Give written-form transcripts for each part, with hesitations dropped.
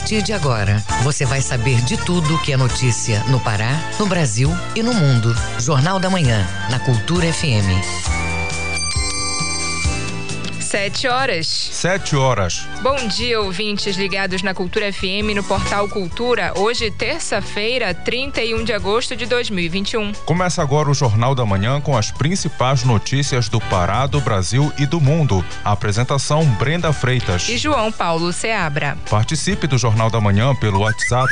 partir de agora, você vai saber de tudo que é notícia no Pará, no Brasil e no mundo. Jornal da Manhã, na Cultura FM. 7 horas. 7 horas. Bom dia, ouvintes ligados na Cultura FM no Portal Cultura. Hoje, terça-feira, 31 de agosto de 2021. Começa agora o Jornal da Manhã com as principais notícias do Pará, do Brasil e do mundo. A apresentação Brenda Freitas e João Paulo Seabra. Participe do Jornal da Manhã pelo WhatsApp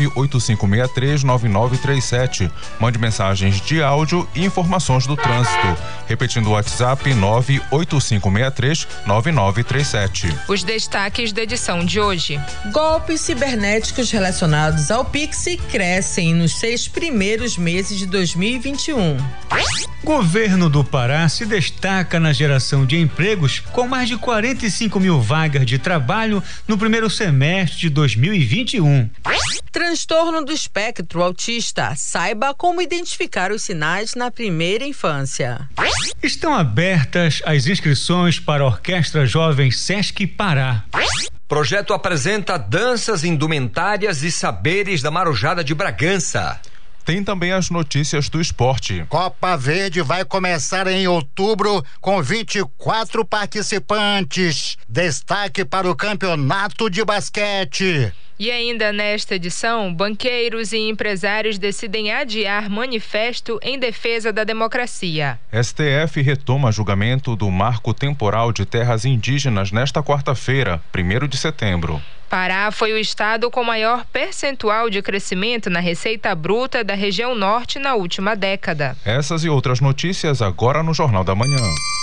985639937. Mande mensagens de áudio e informações do trânsito. Repetindo o WhatsApp 985639937. Os destaques da edição de hoje. Golpes cibernéticos relacionados ao Pix crescem nos 6 primeiros meses de 2021. Governo do Pará se destaca na geração de empregos com mais de 45 mil vagas de trabalho no primeiro semestre de 2021. Transtorno do espectro autista. Saiba como identificar os sinais na primeira infância. Estão abertas as inscrições para a Orquestra Jovem Sesc Pará. Projeto apresenta danças, indumentárias e saberes da Marujada de Bragança. Tem também as notícias do esporte. Copa Verde vai começar em outubro com 24 participantes. Destaque para o campeonato de basquete. E ainda nesta edição, banqueiros e empresários decidem adiar manifesto em defesa da democracia. STF retoma julgamento do marco temporal de terras indígenas nesta quarta-feira, 1º de setembro. Pará foi o estado com maior percentual de crescimento na receita bruta da região norte na última década. Essas e outras notícias agora no Jornal da Manhã.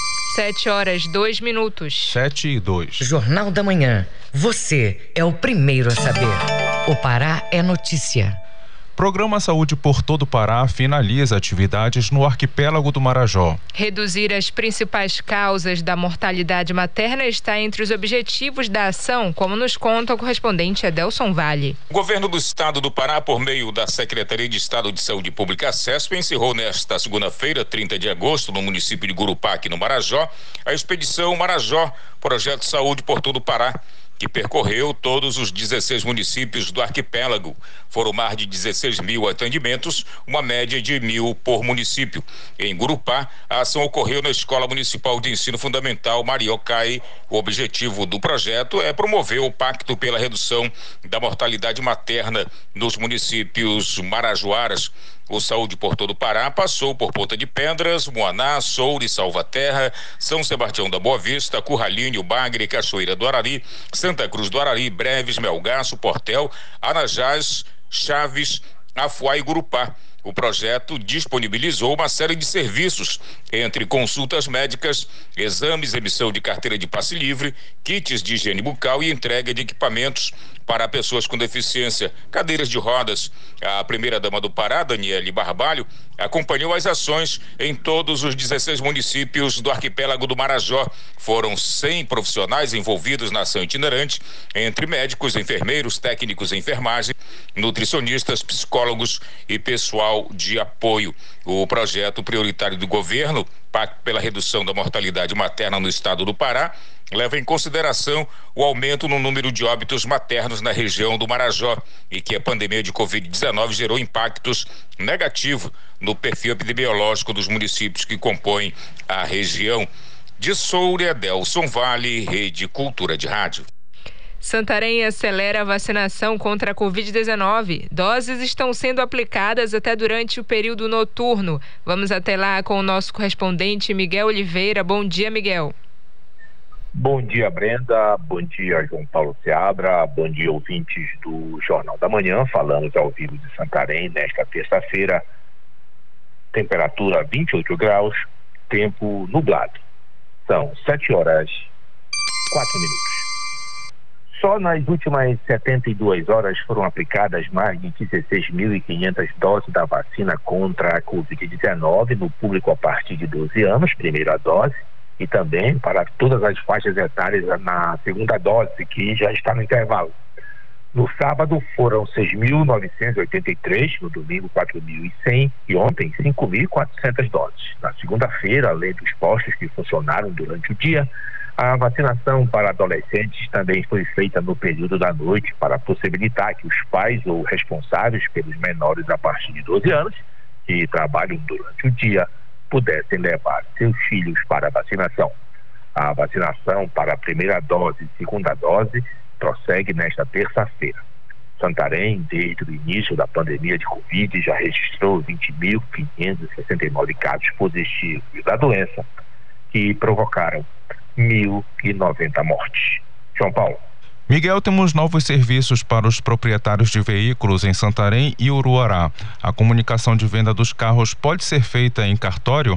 7:02. 7:02. Jornal da Manhã. Você é o primeiro a saber. O Pará é notícia. Programa Saúde por todo o Pará finaliza atividades no arquipélago do Marajó. Reduzir as principais causas da mortalidade materna está entre os objetivos da ação, como nos conta o correspondente Adelson Vale. O governo do estado do Pará, por meio da Secretaria de Estado de Saúde Pública, SESP, encerrou nesta segunda-feira, 30 de agosto, no município de Gurupá, aqui no Marajó, a expedição Marajó, Projeto Saúde por todo o Pará, que percorreu todos os 16 municípios do arquipélago. Foram mais de 16 mil atendimentos, uma média de 1.000 por município. Em Gurupá, a ação ocorreu na Escola Municipal de Ensino Fundamental Mariocai. O objetivo do projeto é promover o pacto pela redução da mortalidade materna nos municípios marajoaras. O Saúde por todo o Pará passou por Ponta de Pedras, Moaná, Soure, Salvaterra, São Sebastião da Boa Vista, Curralinho, Bagre, Cachoeira do Arari, Santa Cruz do Arari, Breves, Melgaço, Portel, Anajás, Chaves, Afuá e Gurupá. O projeto disponibilizou uma série de serviços, entre consultas médicas, exames, emissão de carteira de passe livre, kits de higiene bucal e entrega de equipamentos para pessoas com deficiência, cadeiras de rodas. A primeira-dama do Pará, Daniele Barbalho, acompanhou as ações em todos os 16 municípios do arquipélago do Marajó. Foram 100 profissionais envolvidos na ação itinerante, entre médicos, enfermeiros, técnicos em enfermagem, nutricionistas, psicólogos e pessoal de apoio. O projeto prioritário do governo, Pacto pela Redução da Mortalidade Materna no estado do Pará, leva em consideração o aumento no número de óbitos maternos na região do Marajó e que a pandemia de Covid-19 gerou impactos negativos no perfil epidemiológico dos municípios que compõem a região. De Soure, Adelson Vale, Rede Cultura de Rádio. Santarém acelera a vacinação contra a Covid-19. Doses estão sendo aplicadas até durante o período noturno. Vamos até lá com o nosso correspondente Miguel Oliveira. Bom dia, Miguel. Bom dia, Brenda. Bom dia, João Paulo Seabra. Bom dia, ouvintes do Jornal da Manhã. Falamos ao vivo de Santarém nesta terça-feira. Temperatura 28 graus, tempo nublado. São 7:04. Só nas últimas 72 horas foram aplicadas mais de 16.500 doses da vacina contra a Covid-19 no público a partir de 12 anos, primeira dose, e também para todas as faixas etárias na segunda dose, que já está no intervalo. No sábado foram 6.983, no domingo 4.100 e ontem 5.400 doses. Na segunda-feira, além dos postos que funcionaram durante o dia, A vacinação para adolescentes também foi feita no período da noite para possibilitar que os pais ou responsáveis pelos menores a partir de 12 anos que trabalham durante o dia pudessem levar seus filhos para a vacinação. A vacinação para a primeira dose e segunda dose prossegue nesta terça-feira. Santarém, desde o início da pandemia de Covid, já registrou 20.569 casos positivos da doença, que provocaram 1.090 mortes. João Paulo. Miguel, temos novos serviços para os proprietários de veículos em Santarém e Uruará. A comunicação de venda dos carros pode ser feita em cartório?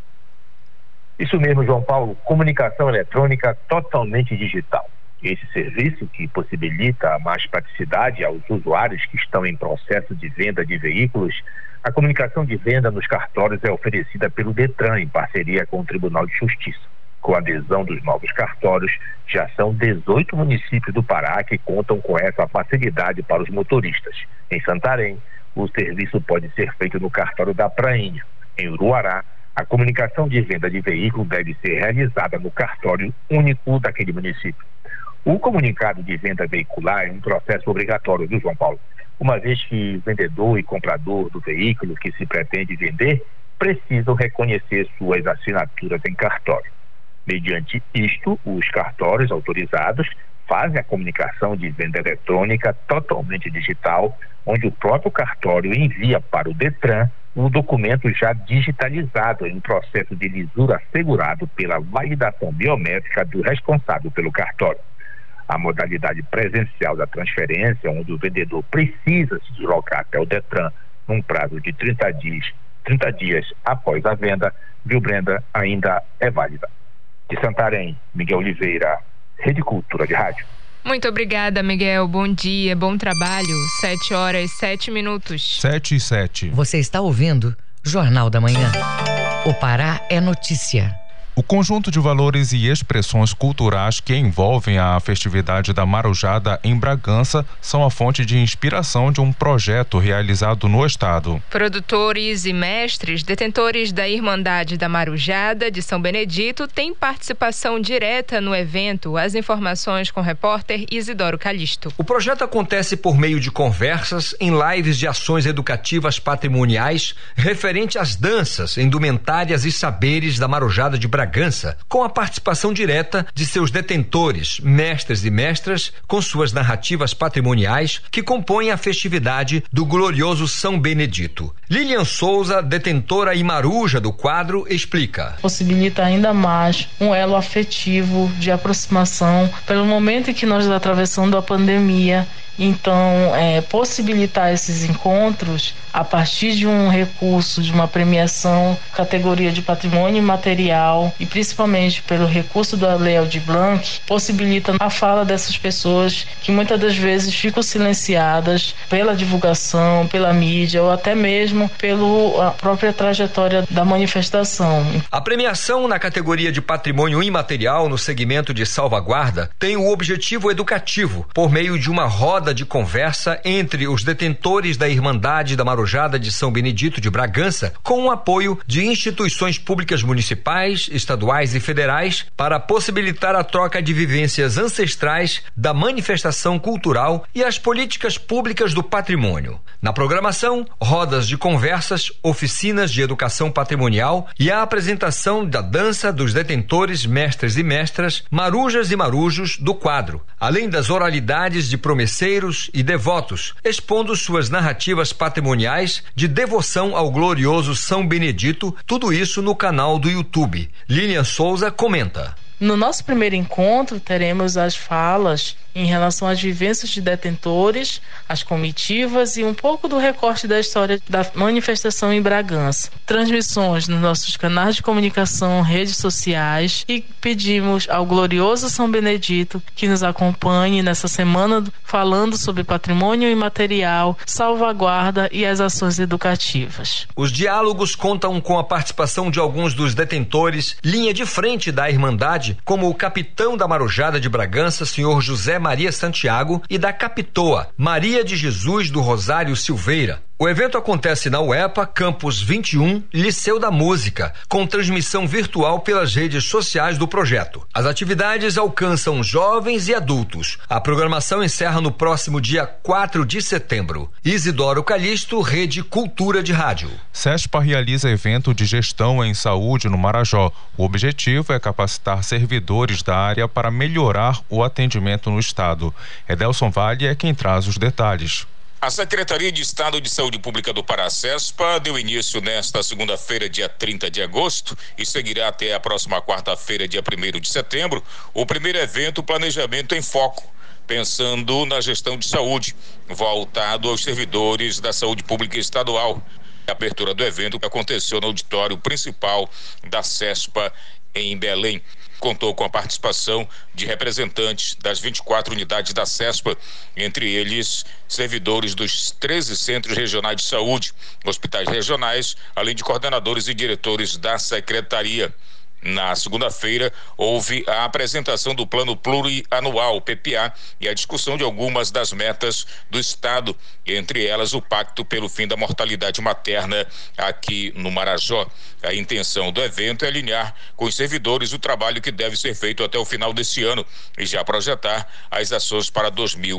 Isso mesmo, João Paulo. Comunicação eletrônica totalmente digital. Esse serviço, que possibilita mais praticidade aos usuários que estão em processo de venda de veículos, a comunicação de venda nos cartórios é oferecida pelo Detran em parceria com o Tribunal de Justiça. Com a adesão dos novos cartórios, já são 18 municípios do Pará que contam com essa facilidade para os motoristas. Em Santarém, o serviço pode ser feito no cartório da Prainha. Em Uruará, a comunicação de venda de veículo deve ser realizada no cartório único daquele município. O comunicado de venda veicular é um processo obrigatório, viu, João Paulo? Uma vez que vendedor e comprador do veículo que se pretende vender precisam reconhecer suas assinaturas em cartório. Mediante isto, os cartórios autorizados fazem a comunicação de venda eletrônica totalmente digital, onde o próprio cartório envia para o Detran o documento já digitalizado em processo de lisura assegurado pela validação biométrica do responsável pelo cartório. A modalidade presencial da transferência, onde o vendedor precisa se deslocar até o Detran num prazo de 30 dias após a venda, viu, Brenda, ainda é válida. De Santarém, Miguel Oliveira, Rede Cultura de Rádio. Muito obrigada, Miguel. Bom dia, bom trabalho. 7h07. 7h07. Você está ouvindo Jornal da Manhã. O Pará é notícia. O conjunto de valores e expressões culturais que envolvem a festividade da Marujada em Bragança são a fonte de inspiração de um projeto realizado no estado. Produtores e mestres, detentores da Irmandade da Marujada de São Benedito, têm participação direta no evento. As informações com o repórter Isidoro Calixto. O projeto acontece por meio de conversas em lives de ações educativas patrimoniais referente às danças, indumentárias e saberes da Marujada de Bragança, com a participação direta de seus detentores, mestres e mestras, com suas narrativas patrimoniais que compõem a festividade do glorioso São Benedito. Lilian Souza, detentora e maruja do quadro, explica. Possibilita ainda mais um elo afetivo de aproximação pelo momento em que nós estamos atravessando a pandemia. Então, possibilitar esses encontros a partir de um recurso, de uma premiação, categoria de patrimônio imaterial e principalmente pelo recurso da Lei Aldir Blanc, possibilita a fala dessas pessoas que muitas das vezes ficam silenciadas pela divulgação, pela mídia ou até mesmo pela própria trajetória da manifestação. A premiação na categoria de patrimônio imaterial no segmento de salvaguarda tem o objetivo educativo por meio de uma roda de conversa entre os detentores da Irmandade da Marujada de São Benedito de Bragança, com o apoio de instituições públicas municipais, estaduais e federais, para possibilitar a troca de vivências ancestrais da manifestação cultural e as políticas públicas do patrimônio. Na programação, rodas de conversas, oficinas de educação patrimonial e a apresentação da dança dos detentores, mestres e mestras, marujas e marujos do quadro, além das oralidades de promesseiros e devotos, expondo suas narrativas patrimoniais de devoção ao glorioso São Benedito, tudo isso no canal do YouTube. Lilian Souza comenta. No nosso primeiro encontro, teremos as falas em relação às vivências de detentores, as comitivas e um pouco do recorte da história da manifestação em Bragança. Transmissões nos nossos canais de comunicação, redes sociais, e pedimos ao glorioso São Benedito que nos acompanhe nessa semana falando sobre patrimônio imaterial, salvaguarda e as ações educativas. Os diálogos contam com a participação de alguns dos detentores, linha de frente da Irmandade, como o capitão da Marujada de Bragança, senhor José Maria Santiago, e da capitoa Maria de Jesus do Rosário Silveira. O evento acontece na UEPA, Campus 21, Liceu da Música, com transmissão virtual pelas redes sociais do projeto. As atividades alcançam jovens e adultos. A programação encerra no próximo dia 4 de setembro. Isidoro Calixto, Rede Cultura de Rádio. CESPA realiza evento de gestão em saúde no Marajó. O objetivo é capacitar servidores da área para melhorar o atendimento no estado. Edelson Vale é quem traz os detalhes. A Secretaria de Estado de Saúde Pública do Pará, CESPA, deu início nesta segunda-feira, dia 30 de agosto, e seguirá até a próxima quarta-feira, dia 1º de setembro, o primeiro evento Planejamento em Foco, pensando na gestão de saúde, voltado aos servidores da saúde pública estadual. A abertura do evento aconteceu no auditório principal da CESPA em Belém. Contou com a participação de representantes das 24 unidades da CESPA, entre eles servidores dos 13 centros regionais de saúde, hospitais regionais, além de coordenadores e diretores da secretaria. Na segunda-feira, houve a apresentação do Plano Plurianual, PPA, e a discussão de algumas das metas do Estado, entre elas o Pacto pelo Fim da Mortalidade Materna aqui no Marajó. A intenção do evento é alinhar com os servidores o trabalho que deve ser feito até o final desse ano e já projetar as ações para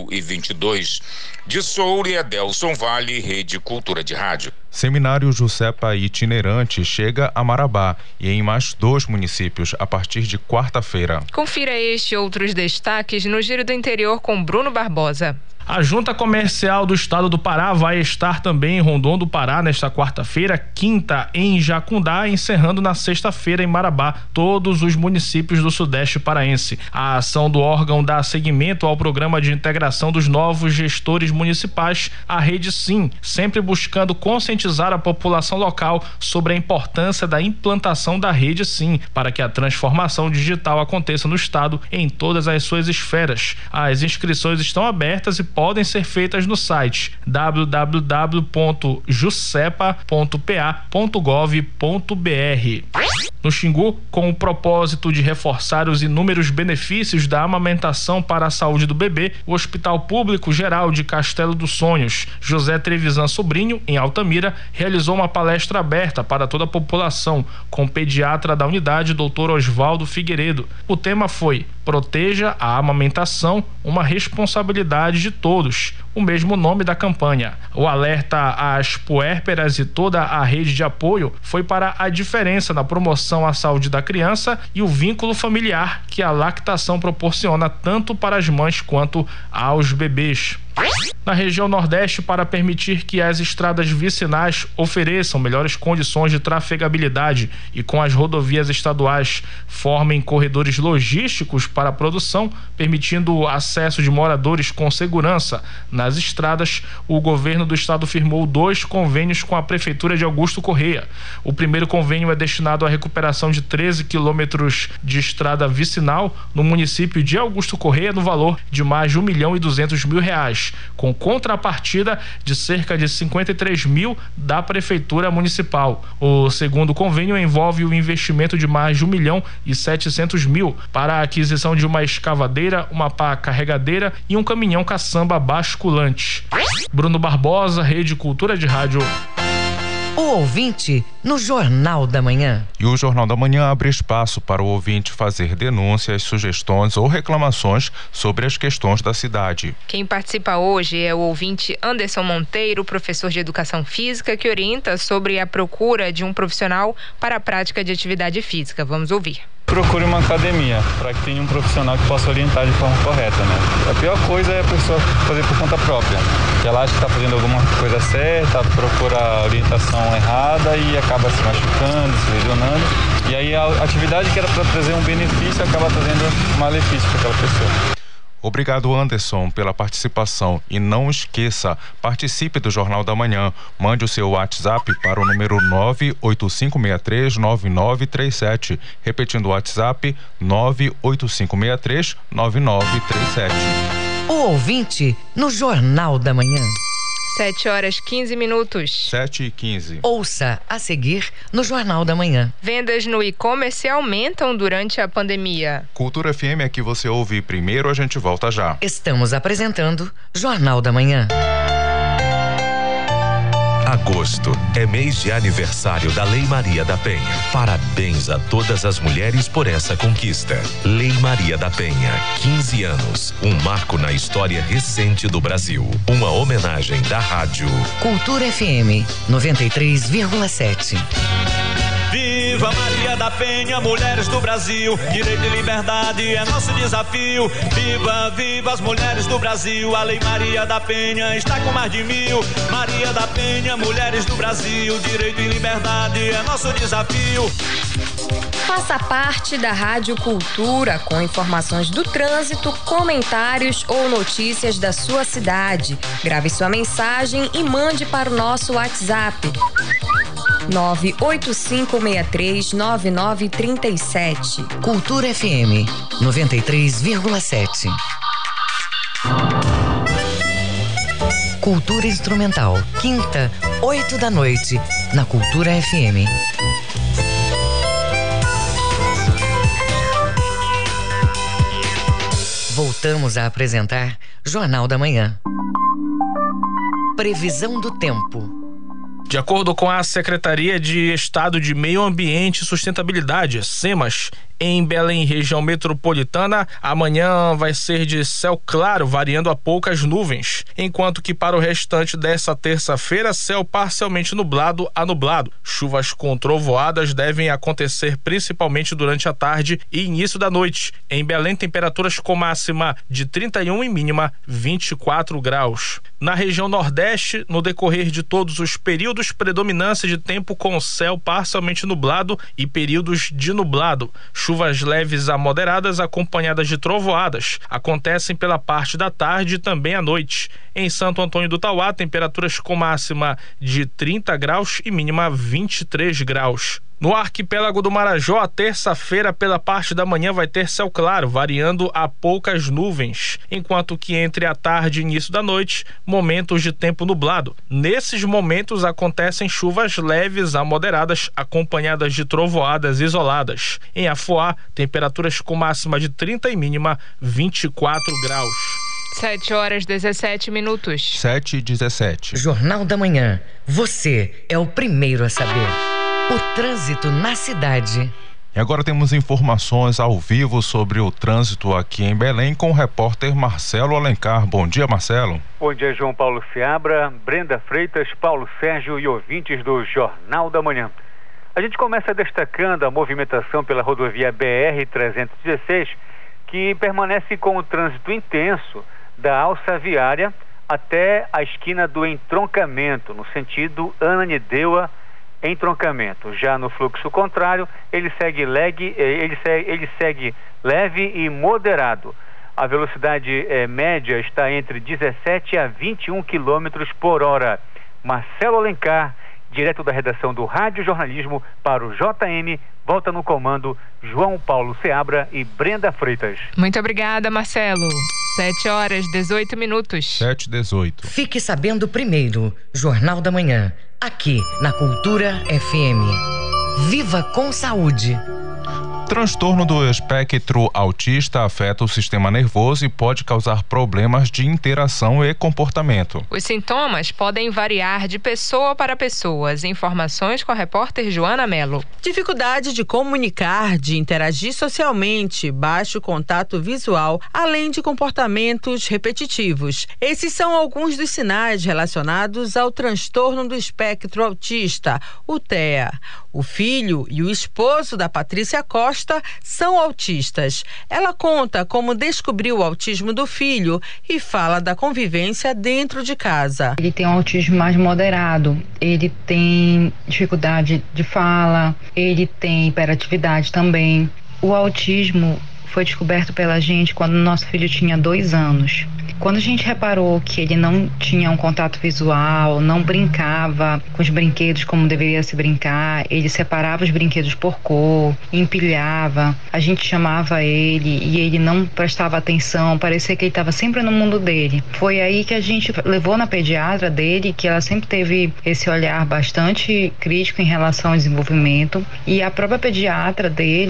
2022. De Soure, Edelson Vale, Rede Cultura de Rádio. Seminário Juscepa itinerante chega a Marabá e em mais 2 municípios a partir de quarta-feira. Confira este e outros destaques no Giro do Interior com Bruno Barbosa. A Junta Comercial do Estado do Pará vai estar também em Rondon do Pará nesta quarta-feira, quinta em Jacundá, encerrando na sexta-feira em Marabá, todos os municípios do Sudeste paraense. A ação do órgão dá seguimento ao programa de integração dos novos gestores municipais, a Rede Sim, sempre buscando conscientizar a população local sobre a importância da implantação da Rede Sim, para que a transformação digital aconteça no Estado em todas as suas esferas. As inscrições estão abertas e podem ser feitas no site www.juscepa.pa.gov.br. No Xingu, com o propósito de reforçar os inúmeros benefícios da amamentação para a saúde do bebê, o Hospital Público Geral de Castelo dos Sonhos, José Trevisan Sobrinho, em Altamira, realizou uma palestra aberta para toda a população, com o pediatra da unidade, Dr. Osvaldo Figueiredo. O tema foi: Proteja a amamentação, uma responsabilidade de todos, o mesmo nome da campanha. O alerta às puérperas e toda a rede de apoio foi para a diferença na promoção à saúde da criança e o vínculo familiar que a lactação proporciona tanto para as mães quanto aos bebês. Na região Nordeste, para permitir que as estradas vicinais ofereçam melhores condições de trafegabilidade e com as rodovias estaduais formem corredores logísticos para a produção, permitindo o acesso de moradores com segurança nas estradas, o governo do estado firmou 2 convênios com a Prefeitura de Augusto Correia. O primeiro convênio é destinado à recuperação de 13 quilômetros de estrada vicinal no município de Augusto Correia, no valor de mais de R$1.200.000, com contrapartida de cerca de 53 mil da Prefeitura Municipal. O segundo convênio envolve o investimento de mais de R$1.700.000 para a aquisição de uma escavadeira, uma pá carregadeira e um caminhão caçamba basculante. Bruno Barbosa, Rede Cultura de Rádio. O ouvinte no Jornal da Manhã. E o Jornal da Manhã abre espaço para o ouvinte fazer denúncias, sugestões ou reclamações sobre as questões da cidade. Quem participa hoje é o ouvinte Anderson Monteiro, professor de Educação Física, que orienta sobre a procura de um profissional para a prática de atividade física. Vamos ouvir. Procure uma academia para que tenha um profissional que possa orientar de forma correta, né? A pior coisa é a pessoa fazer por conta própria. Ela acha que está fazendo alguma coisa certa, procura a orientação errada e acaba se machucando, se lesionando. E aí a atividade que era para trazer um benefício acaba trazendo um malefício para aquela pessoa. Obrigado, Anderson, pela participação. E não esqueça, participe do Jornal da Manhã. Mande o seu WhatsApp para o número 985639937. Repetindo o WhatsApp, 985639937. O ouvinte no Jornal da Manhã. 7h15. 7h15. Ouça a seguir no Jornal da Manhã. Vendas no e-commerce aumentam durante a pandemia. Cultura FM é que você ouve primeiro, a gente volta já. Estamos apresentando Jornal da Manhã. Agosto é mês de aniversário da Lei Maria da Penha. Parabéns a todas as mulheres por essa conquista. Lei Maria da Penha, 15 anos. Um marco na história recente do Brasil. Uma homenagem da rádio Cultura FM 93,7. Viva Maria da Penha, mulheres do Brasil, direito e liberdade é nosso desafio. Viva, viva as mulheres do Brasil, a Lei Maria da Penha está com mais de 1000. Maria da Penha, mulheres do Brasil, direito e liberdade é nosso desafio. Faça parte da Rádio Cultura com informações do trânsito, comentários ou notícias da sua cidade. Grave sua mensagem e mande para o nosso WhatsApp 985639937. Cultura FM 93,7. Cultura Instrumental, quinta, 8 da noite, na Cultura FM. Voltamos a apresentar Jornal da Manhã. Previsão do tempo. De acordo com a Secretaria de Estado de Meio Ambiente e Sustentabilidade, SEMAS, em Belém, região metropolitana, amanhã vai ser de céu claro, variando a poucas nuvens, enquanto que para o restante dessa terça-feira, céu parcialmente nublado a nublado. Chuvas com trovoadas devem acontecer principalmente durante a tarde e início da noite. Em Belém, temperaturas com máxima de 31 e mínima 24 graus. Na região Nordeste, no decorrer de todos os períodos, predominância de tempo com céu parcialmente nublado e períodos de nublado. Chuvas leves a moderadas acompanhadas de trovoadas acontecem pela parte da tarde e também à noite. Em Santo Antônio do Tauá, temperaturas com máxima de 30 graus e mínima 23 graus. No arquipélago do Marajó, a terça-feira pela parte da manhã vai ter céu claro, variando a poucas nuvens, enquanto que entre a tarde e início da noite, momentos de tempo nublado. Nesses momentos acontecem chuvas leves a moderadas, acompanhadas de trovoadas isoladas. Em Afoá, temperaturas com máxima de 30 e mínima 24 graus. 7h17. 7h17. Jornal da Manhã. Você é o primeiro a saber. O trânsito na cidade. E agora temos informações ao vivo sobre o trânsito aqui em Belém com o repórter Marcelo Alencar. Bom dia, Marcelo. Bom dia, João Paulo Seabra, Brenda Freitas, Paulo Sérgio e ouvintes do Jornal da Manhã. A gente começa destacando a movimentação pela rodovia BR-316, que permanece com o trânsito intenso da alça viária até a esquina do entroncamento, no sentido Ananindeua, entroncamento. Já no fluxo contrário, ele segue leve e moderado. A velocidade média está entre 17 a 21 km por hora. Marcelo Alencar, direto da redação do Rádio Jornalismo para o JM, volta no comando João Paulo Seabra e Brenda Freitas. Muito obrigada, Marcelo. 7h18. 7h18. Fique sabendo primeiro, Jornal da Manhã, aqui na Cultura FM. Viva com saúde. Transtorno do espectro autista afeta o sistema nervoso e pode causar problemas de interação e comportamento. Os sintomas podem variar de pessoa para pessoa. As informações com a repórter Joana Mello. Dificuldade de comunicar, de interagir socialmente, baixo contato visual, além de comportamentos repetitivos. Esses são alguns dos sinais relacionados ao transtorno do espectro autista, o TEA. O filho e o esposo da Patrícia Costa são autistas. Ela conta como descobriu o autismo do filho e fala da convivência dentro de casa. Ele tem um autismo mais moderado, ele tem dificuldade de fala, ele tem hiperatividade também. O autismo foi descoberto pela gente quando nosso filho tinha 2 anos. Quando a gente reparou que ele não tinha um contato visual, não brincava com os brinquedos como deveria se brincar, ele separava os brinquedos por cor, empilhava, a gente chamava ele e ele não prestava atenção, parecia que ele estava sempre no mundo dele. Foi aí que a gente levou na pediatra dele, que ela sempre teve esse olhar bastante crítico em relação ao desenvolvimento, e a própria pediatra dele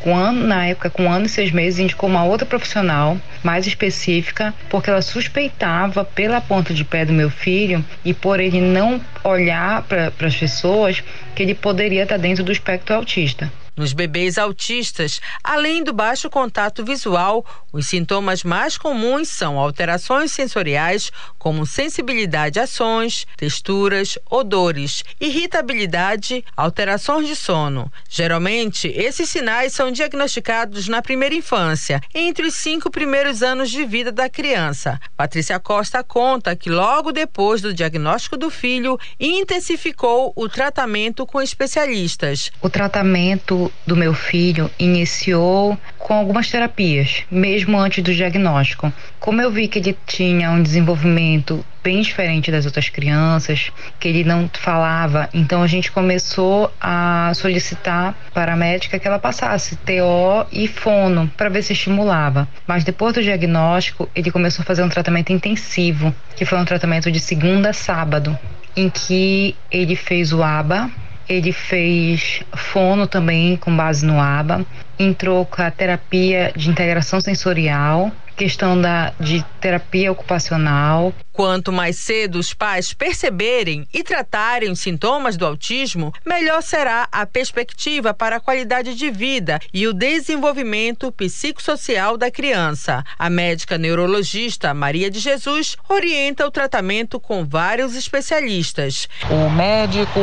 na época, com 1 ano e 6 meses, indicou uma outra profissional mais específica, porque ela suspeitava pela ponta de pé do meu filho e por ele não olhar para as pessoas que ele poderia estar dentro do espectro autista. Nos bebês autistas, além do baixo contato visual, os sintomas mais comuns são alterações sensoriais, como sensibilidade a sons, texturas, odores, irritabilidade, alterações de sono. Geralmente, esses sinais são diagnosticados na primeira infância, entre os 5 primeiros anos de vida da criança. Patrícia Costa conta que logo depois do diagnóstico do filho, intensificou o tratamento com especialistas. O tratamento do meu filho iniciou com algumas terapias, mesmo antes do diagnóstico. Como eu vi que ele tinha um desenvolvimento bem diferente das outras crianças, que ele não falava, então a gente começou a solicitar para a médica que ela passasse TO e fono para ver se estimulava. Mas depois do diagnóstico, ele começou a fazer um tratamento intensivo, que foi um tratamento de segunda a sábado, em que ele fez o ABA, ele fez fono também com base no ABA, entrou com a terapia de integração sensorial, questão de terapia ocupacional. Quanto mais cedo os pais perceberem e tratarem os sintomas do autismo, melhor será a perspectiva para a qualidade de vida e o desenvolvimento psicossocial da criança. A médica neurologista Maria de Jesus orienta o tratamento com vários especialistas. O médico,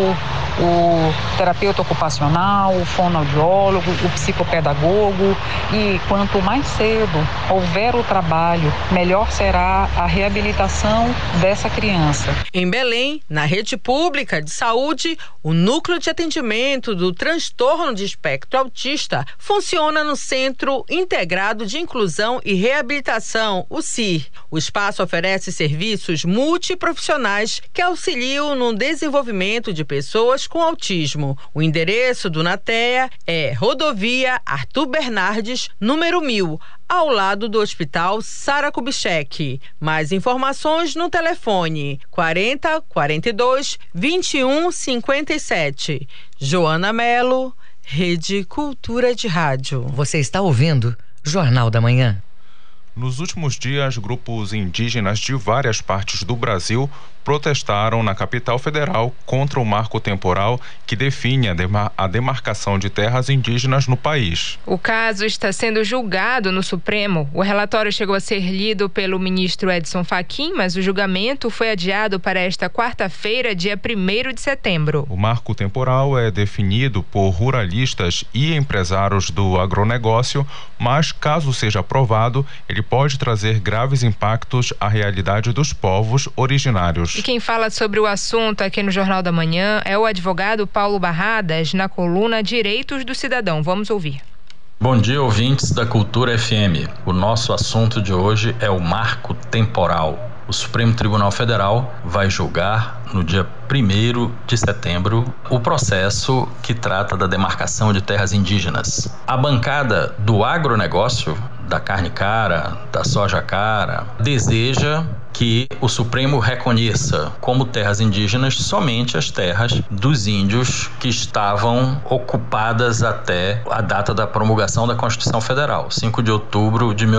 o terapeuta ocupacional, o fonoaudiólogo, o psicopedagogo, e quanto mais cedo houver o trabalho, melhor será a reabilitação dessa criança. Em Belém, na rede pública de saúde, o núcleo de atendimento do transtorno de espectro autista funciona no Centro Integrado de Inclusão e Reabilitação, o CIR. O espaço oferece serviços multiprofissionais que auxiliam no desenvolvimento de pessoas com autismo. O endereço do NATEA é Rodovia Arthur Bernardes, número 1000, ao lado do Hospital Sara Kubitschek. Mais informações no telefone 40 42 21 57. Joana Melo, Rede Cultura de Rádio. Você está ouvindo Jornal da Manhã. Nos últimos dias, grupos indígenas de várias partes do Brasil protestaram na capital federal contra o marco temporal que define a demarcação de terras indígenas no país. O caso está sendo julgado no Supremo. O relatório chegou a ser lido pelo ministro Edson Fachin, mas o julgamento foi adiado para esta quarta-feira, dia 1º de setembro. O marco temporal é definido por ruralistas e empresários do agronegócio, mas caso seja aprovado, ele pode trazer graves impactos à realidade dos povos originários. E quem fala sobre o assunto aqui no Jornal da Manhã é o advogado Paulo Barradas, na coluna Direitos do Cidadão. Vamos ouvir. Bom dia, ouvintes da Cultura FM. O nosso assunto de hoje é o marco temporal. O Supremo Tribunal Federal vai julgar no dia 1º de setembro o processo que trata da demarcação de terras indígenas. A bancada do agronegócio, da carne cara, da soja cara, deseja que o Supremo reconheça como terras indígenas somente as terras dos índios que estavam ocupadas até a data da promulgação da Constituição Federal, 5 de outubro de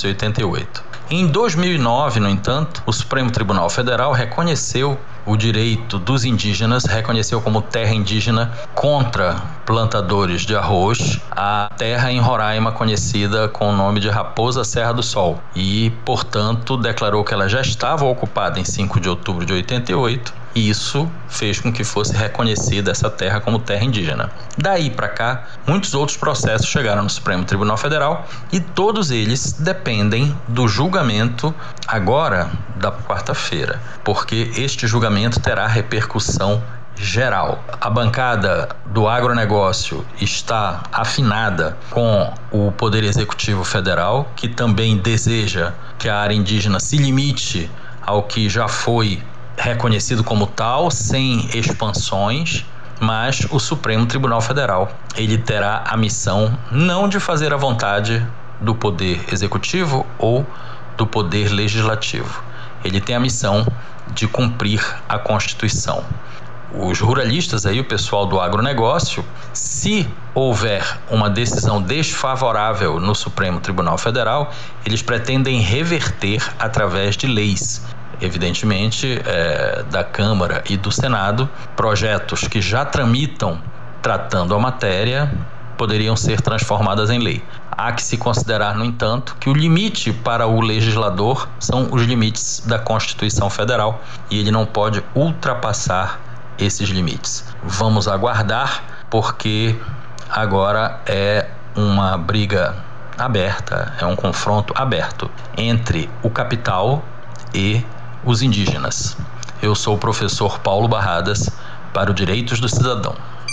1988. Em 2009, no entanto, o Supremo Tribunal Federal reconheceu o direito dos indígenas, reconheceu como terra indígena contra plantadores de arroz a terra em Roraima conhecida com o nome de Raposa Serra do Sol e, portanto, declarou que ela já estava ocupada em 5 de outubro de 88 e isso fez com que fosse reconhecida essa terra como terra indígena. Daí para cá, muitos outros processos chegaram no Supremo Tribunal Federal e todos eles dependem do julgamento agora da quarta-feira, porque este julgamento terá repercussão geral. A bancada do agronegócio está afinada com o Poder Executivo Federal, que também deseja que a área indígena se limite ao que já foi reconhecido como tal, sem expansões, mas o Supremo Tribunal Federal, ele terá a missão não de fazer a vontade do Poder Executivo ou do Poder Legislativo. Ele tem a missão de cumprir a Constituição. os ruralistas aí, o pessoal do agronegócio, se houver uma decisão desfavorável no Supremo Tribunal Federal, eles pretendem reverter através de leis. Evidentemente, da Câmara e do Senado, projetos que já tramitam tratando a matéria poderiam ser transformadas em lei. Há que se considerar, no entanto, que o limite para o legislador são os limites da Constituição Federal e ele não pode ultrapassar esses limites. Vamos aguardar, porque agora é uma briga aberta, é um confronto aberto entre o capital e os indígenas. Eu sou o professor Paulo Barradas, para o Direitos do Cidadão.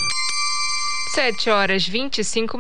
7h25.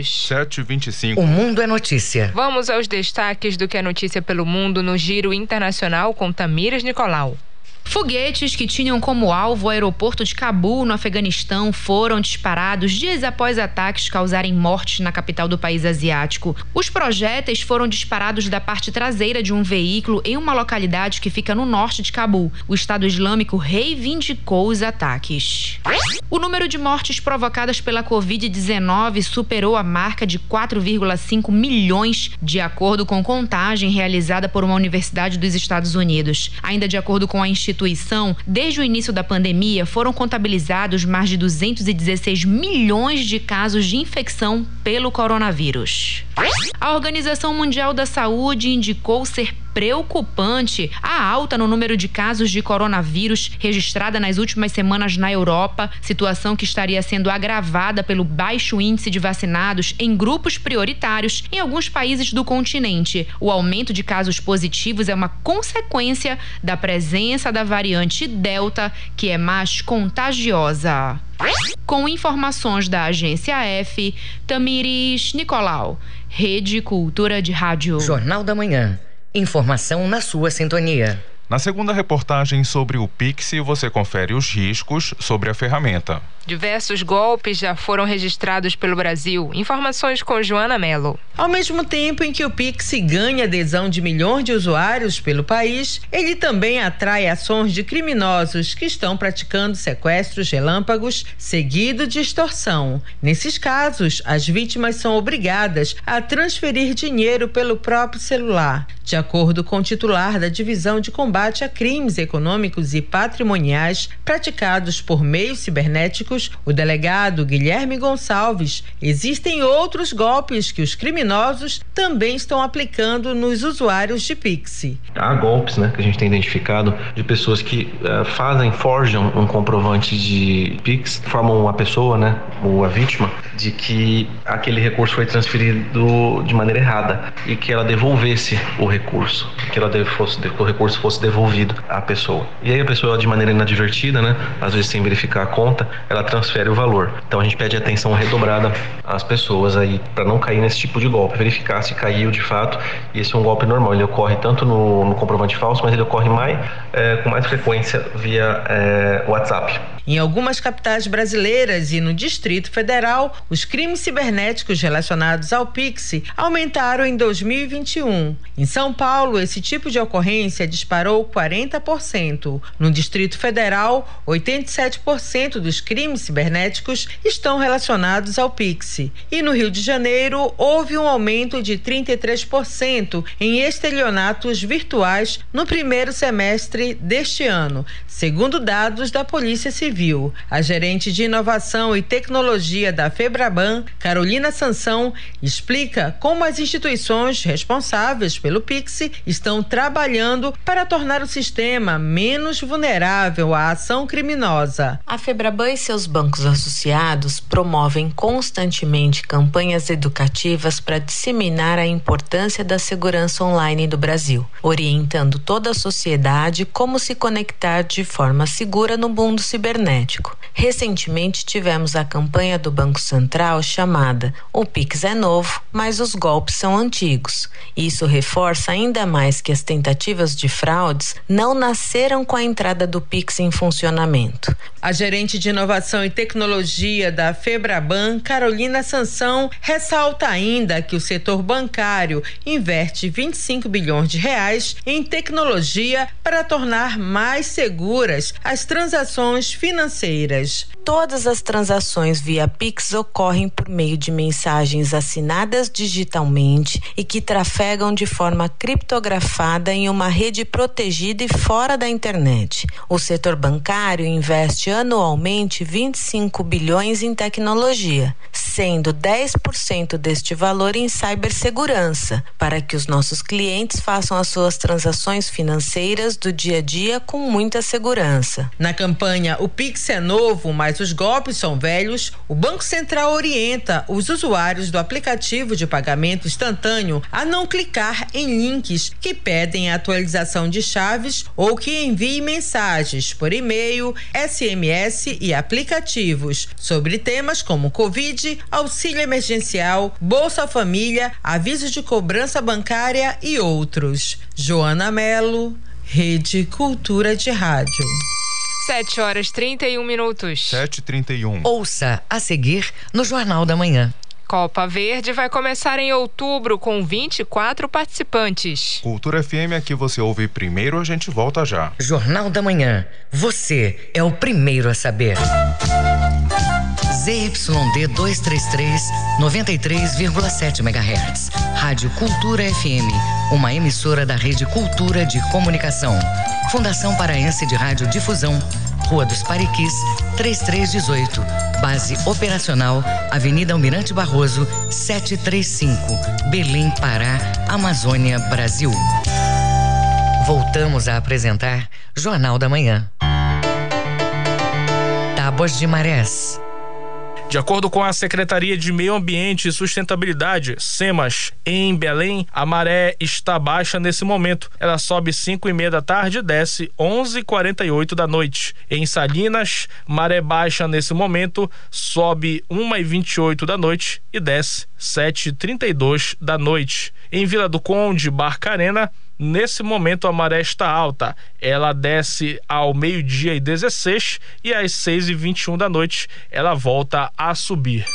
7h25. O Mundo é Notícia. Vamos aos destaques do que é notícia pelo mundo no Giro Internacional com Tamires Nicolau. Foguetes que tinham como alvo o aeroporto de Cabul, no Afeganistão, foram disparados dias após ataques causarem mortes na capital do país asiático. Os projéteis foram disparados da parte traseira de um veículo em uma localidade que fica no norte de Cabul. O Estado Islâmico reivindicou os ataques. O número de mortes provocadas pela Covid-19 superou a marca de 4,5 milhões, de acordo com contagem realizada por uma universidade dos Estados Unidos. Ainda de acordo com a instituição, desde o início da pandemia, foram contabilizados mais de 216 milhões de casos de infecção pelo coronavírus. A Organização Mundial da Saúde indicou ser preocupante a alta no número de casos de coronavírus registrada nas últimas semanas na Europa, situação que estaria sendo agravada pelo baixo índice de vacinados em grupos prioritários em alguns países do continente. O aumento de casos positivos é uma consequência da presença da variante Delta, que é mais contagiosa. Com informações da agência F, Tamires Nicolau, Rede Cultura de Rádio. Jornal da Manhã. Informação na sua sintonia. Na segunda reportagem sobre o Pix, você confere os riscos sobre a ferramenta. Diversos golpes já foram registrados pelo Brasil. Informações com Joana Mello. Ao mesmo tempo em que o Pix ganha adesão de milhões de usuários pelo país, ele também atrai ações de criminosos que estão praticando sequestros relâmpagos seguido de extorsão. Nesses casos, as vítimas são obrigadas a transferir dinheiro pelo próprio celular. De acordo com o titular da Divisão de Combate a Crimes Econômicos e Patrimoniais praticados por meios cibernéticos, o delegado Guilherme Gonçalves, existem outros golpes que os criminosos também estão aplicando nos usuários de Pix. Há golpes, que a gente tem identificado de pessoas que forjam um comprovante de Pix, formam a pessoa, ou a vítima, de que aquele recurso foi transferido de maneira errada e que ela devolvesse o recurso, que o recurso fosse devolvido à pessoa. E aí a pessoa, de maneira inadvertida, às vezes sem verificar a conta, ela transfere o valor. Então a gente pede atenção redobrada às pessoas aí para não cair nesse tipo de golpe, verificar se caiu de fato. E esse é um golpe normal, ele ocorre tanto no comprovante falso, mas ele ocorre com mais frequência via WhatsApp. Em algumas capitais brasileiras e no Distrito Federal, os crimes cibernéticos relacionados ao Pix aumentaram em 2021. Em São Paulo, esse tipo de ocorrência disparou 40%. No Distrito Federal, 87% dos crimes cibernéticos estão relacionados ao Pix. E no Rio de Janeiro, houve um aumento de 33% em estelionatos virtuais no primeiro semestre deste ano, segundo dados da Polícia Civil. A gerente de inovação e tecnologia da Febraban, Carolina Sansão, explica como as instituições responsáveis pelo Pix estão trabalhando para tornar o sistema menos vulnerável à ação criminosa. A Febraban e seus bancos associados promovem constantemente campanhas educativas para disseminar a importância da segurança online do Brasil, orientando toda a sociedade como se conectar de forma segura no mundo cibernético. Recentemente tivemos a campanha do Banco Central chamada "O Pix é novo, mas os golpes são antigos". Isso reforça ainda mais que as tentativas de fraude fraudes não nasceram com a entrada do Pix em funcionamento. A gerente de inovação e tecnologia da Febraban, Carolina Sansão, ressalta ainda que o setor bancário investe 25 bilhões de reais em tecnologia para tornar mais seguras as transações financeiras. Todas as transações via Pix ocorrem por meio de mensagens assinadas digitalmente e que trafegam de forma criptografada em uma rede protegida e fora da internet. O setor bancário investe anualmente 25 bilhões em tecnologia, sendo 10% deste valor em cibersegurança, para que os nossos clientes façam as suas transações financeiras do dia a dia com muita segurança. Na campanha O Pix é Novo, mas os golpes são velhos, o Banco Central orienta os usuários do aplicativo de pagamento instantâneo a não clicar em links que pedem atualização de chaves ou que enviem mensagens por e-mail, SMS e aplicativos sobre temas como Covid, auxílio emergencial, Bolsa Família, avisos de cobrança bancária e outros. Joana Melo, Rede Cultura de Rádio. 7h31. 7h31. Ouça a seguir no Jornal da Manhã. Copa Verde vai começar em outubro com 24 participantes. Cultura FM, aqui você ouve primeiro, a gente volta já. Jornal da Manhã. Você é o primeiro a saber. ZYD 233, 93,7 MHz. Rádio Cultura FM, uma emissora da Rede Cultura de Comunicação. Fundação Paraense de Rádio Difusão, Rua dos Pariquis, 3318. Base operacional, Avenida Almirante Barroso, 735. Belém, Pará, Amazônia, Brasil. Voltamos a apresentar Jornal da Manhã. Tábuas de marés. De acordo com a Secretaria de Meio Ambiente e Sustentabilidade, SEMAS, em Belém, a maré está baixa nesse momento. Ela sobe 5h30 da tarde e desce 11h48 da noite. Em Salinas, maré baixa nesse momento, sobe 1h28 da noite e desce 7h32 da noite. Em Vila do Conde, Barcarena, nesse momento a maré está alta. Ela desce ao 12h16 e às 6h21 da noite ela volta a subir.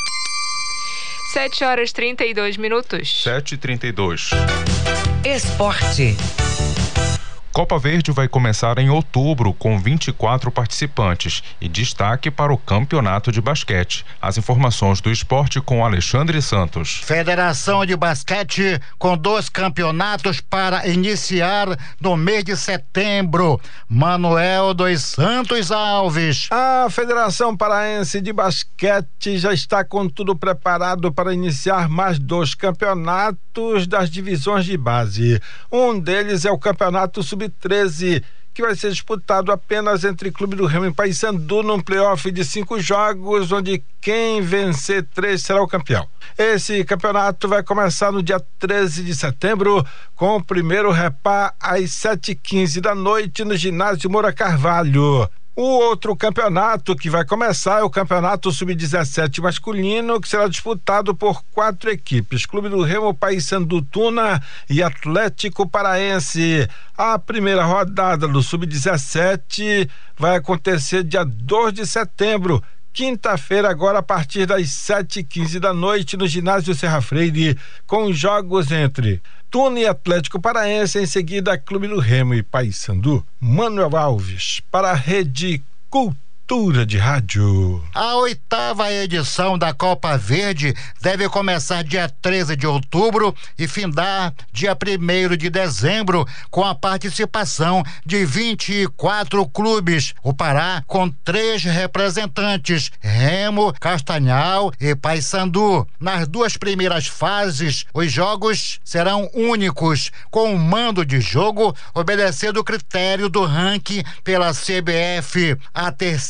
7h32. 7h32. Esporte. Copa Verde vai começar em outubro com 24 participantes e destaque para o campeonato de basquete. As informações do esporte com Alexandre Santos. Federação de Basquete com 2 campeonatos para iniciar no mês de setembro. Manuel dos Santos Alves. A Federação Paraense de Basquete já está com tudo preparado para iniciar mais 2 campeonatos das divisões de base. Um deles é o Campeonato Sub-13, que vai ser disputado apenas entre Clube do Remo e Paysandu num playoff de 5 jogos, onde quem vencer 3 será o campeão. Esse campeonato vai começar no dia 13 de setembro, com o primeiro repá às 7h15 da noite no ginásio Moura Carvalho. O outro campeonato que vai começar é o Campeonato Sub-17 masculino, que será disputado por 4 equipes: Clube do Remo, Paysandu, Tuna e Atlético Paraense. A primeira rodada do Sub-17 vai acontecer dia 2 de setembro, quinta-feira, agora a partir das 7h15 da noite no ginásio Serra Freire, com jogos entre Tuna e Atlético Paraense, em seguida Clube do Remo e Paysandu. Manuel Alves, para a Rede Cultura de Rádio. A 8ª edição da Copa Verde deve começar dia 13 de outubro e findar dia 1º de dezembro, com a participação de 24 clubes. O Pará com 3 representantes: Remo, Castanhal e Paysandu. Nas 2 primeiras fases, os jogos serão únicos, com o mando de jogo obedecendo o critério do ranking pela CBF. A terceira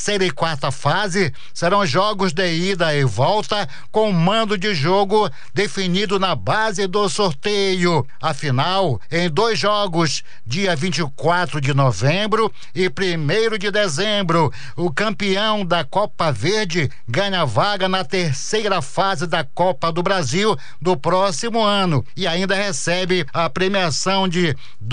terceira e quarta fase serão jogos de ida e volta com mando de jogo definido na base do sorteio. Afinal, em 2 jogos, dia 24 de novembro e 1º de dezembro, o campeão da Copa Verde ganha vaga na terceira fase da Copa do Brasil do próximo ano e ainda recebe a premiação de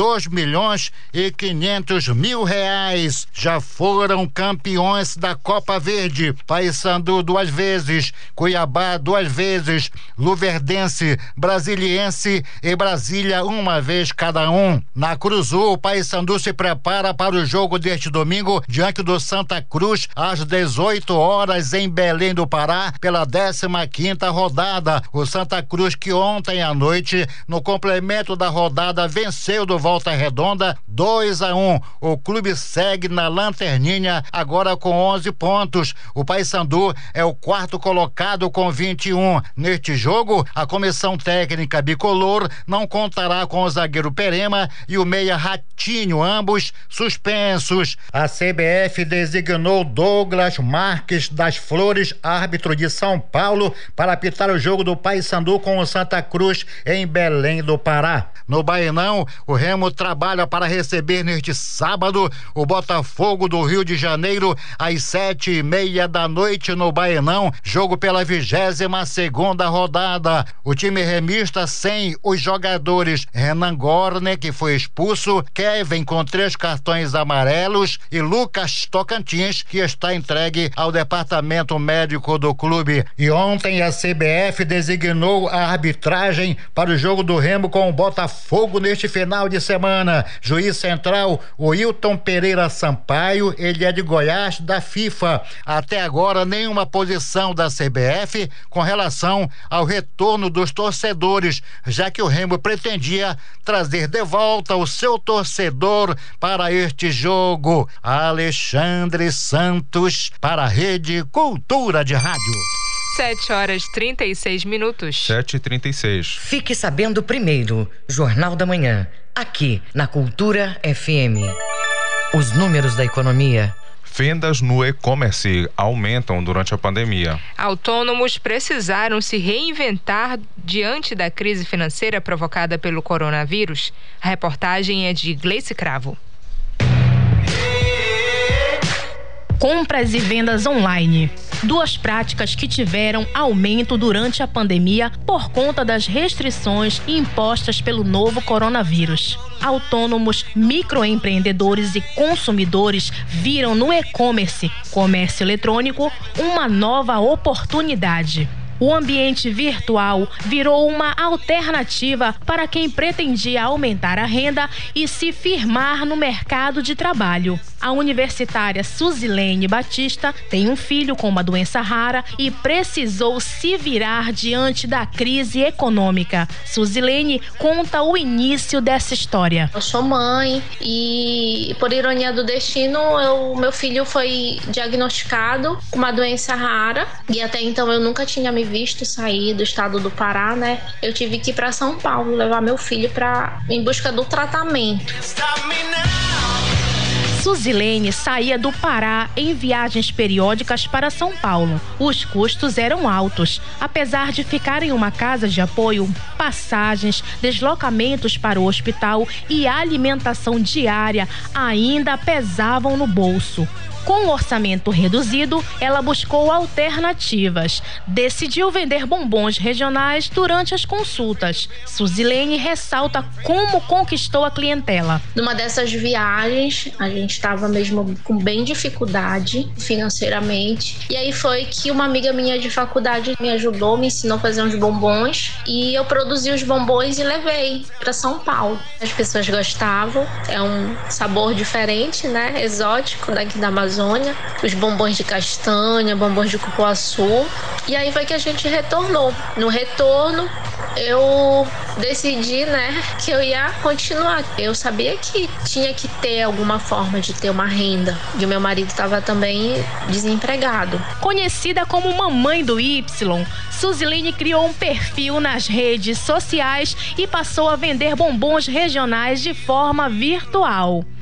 R$2.500.000. Já foram campeões da Copa Verde Paysandu 2 vezes, Cuiabá 2 vezes, Luverdense, Brasiliense e Brasília 1 vez cada um. Na Cruzul, o Paysandu se prepara para o jogo deste domingo diante do Santa Cruz às 18 horas em Belém do Pará pela 15ª rodada. O Santa Cruz, que ontem à noite no complemento da rodada venceu do Volta Redonda 2-1. O clube segue na lanterninha agora com 11 pontos. O Paysandu é o 4º colocado com 21. Neste jogo, a comissão técnica bicolor não contará com o zagueiro Perema e o meia Ratinho, ambos suspensos. A CBF designou Douglas Marques das Flores, árbitro de São Paulo, para apitar o jogo do Paysandu com o Santa Cruz em Belém do Pará. No Baenão, o Remo trabalha para receber neste sábado o Botafogo do Rio de Janeiro às 7:30 da noite no Baenão, jogo pela 22ª rodada. O time remista sem os jogadores Renan Gorne, que foi expulso, Kevin com 3 cartões amarelos e Lucas Tocantins, que está entregue ao departamento médico do clube. E ontem a CBF designou a arbitragem para o jogo do Remo com o Botafogo neste final de semana. Juiz central, o Hilton Pereira Sampaio, ele é de Goiás, da FIFA. Até agora, nenhuma posição da CBF com relação ao retorno dos torcedores, já que o Remo pretendia trazer de volta o seu torcedor para este jogo. Alexandre Santos, para a Rede Cultura de Rádio. 7h36. 7h36. Fique sabendo primeiro, Jornal da Manhã, aqui na Cultura FM. Os números da economia. Vendas no e-commerce aumentam durante a pandemia. Autônomos precisaram se reinventar diante da crise financeira provocada pelo coronavírus. A reportagem é de Gleice Cravo. Compras e vendas online. 2 práticas que tiveram aumento durante a pandemia por conta das restrições impostas pelo novo coronavírus. Autônomos, microempreendedores e consumidores viram no e-commerce, comércio eletrônico, uma nova oportunidade. O ambiente virtual virou uma alternativa para quem pretendia aumentar a renda e se firmar no mercado de trabalho. A universitária Suzilene Batista tem um filho com uma doença rara e precisou se virar diante da crise econômica. Suzilene conta o início dessa história. Eu sou mãe e, por ironia do destino, meu filho foi diagnosticado com uma doença rara e até então eu nunca tinha me visto sair do estado do Pará, né? Eu tive que ir para São Paulo levar meu filho em busca do tratamento. Suzilene saía do Pará em viagens periódicas para São Paulo. Os custos eram altos. Apesar de ficar em uma casa de apoio, passagens, deslocamentos para o hospital e alimentação diária ainda pesavam no bolso. Com o orçamento reduzido, ela buscou alternativas. Decidiu vender bombons regionais durante as consultas. Suzilene ressalta como conquistou a clientela. Numa dessas viagens, a gente estava mesmo com bem dificuldade financeiramente. E aí foi que uma amiga minha de faculdade me ajudou, me ensinou a fazer uns bombons. E eu produzi os bombons e levei para São Paulo. As pessoas gostavam. É um sabor diferente, né? Exótico daqui da Amazônia. Os bombons de castanha, bombons de cupuaçu. E aí foi que a gente retornou. No retorno, eu decidi, né, que eu ia continuar. Eu sabia que tinha que ter alguma forma de ter uma renda. E o meu marido estava também desempregado. Conhecida como Mamãe do Y, Suzilene criou um perfil nas redes sociais e passou a vender bombons regionais de forma virtual.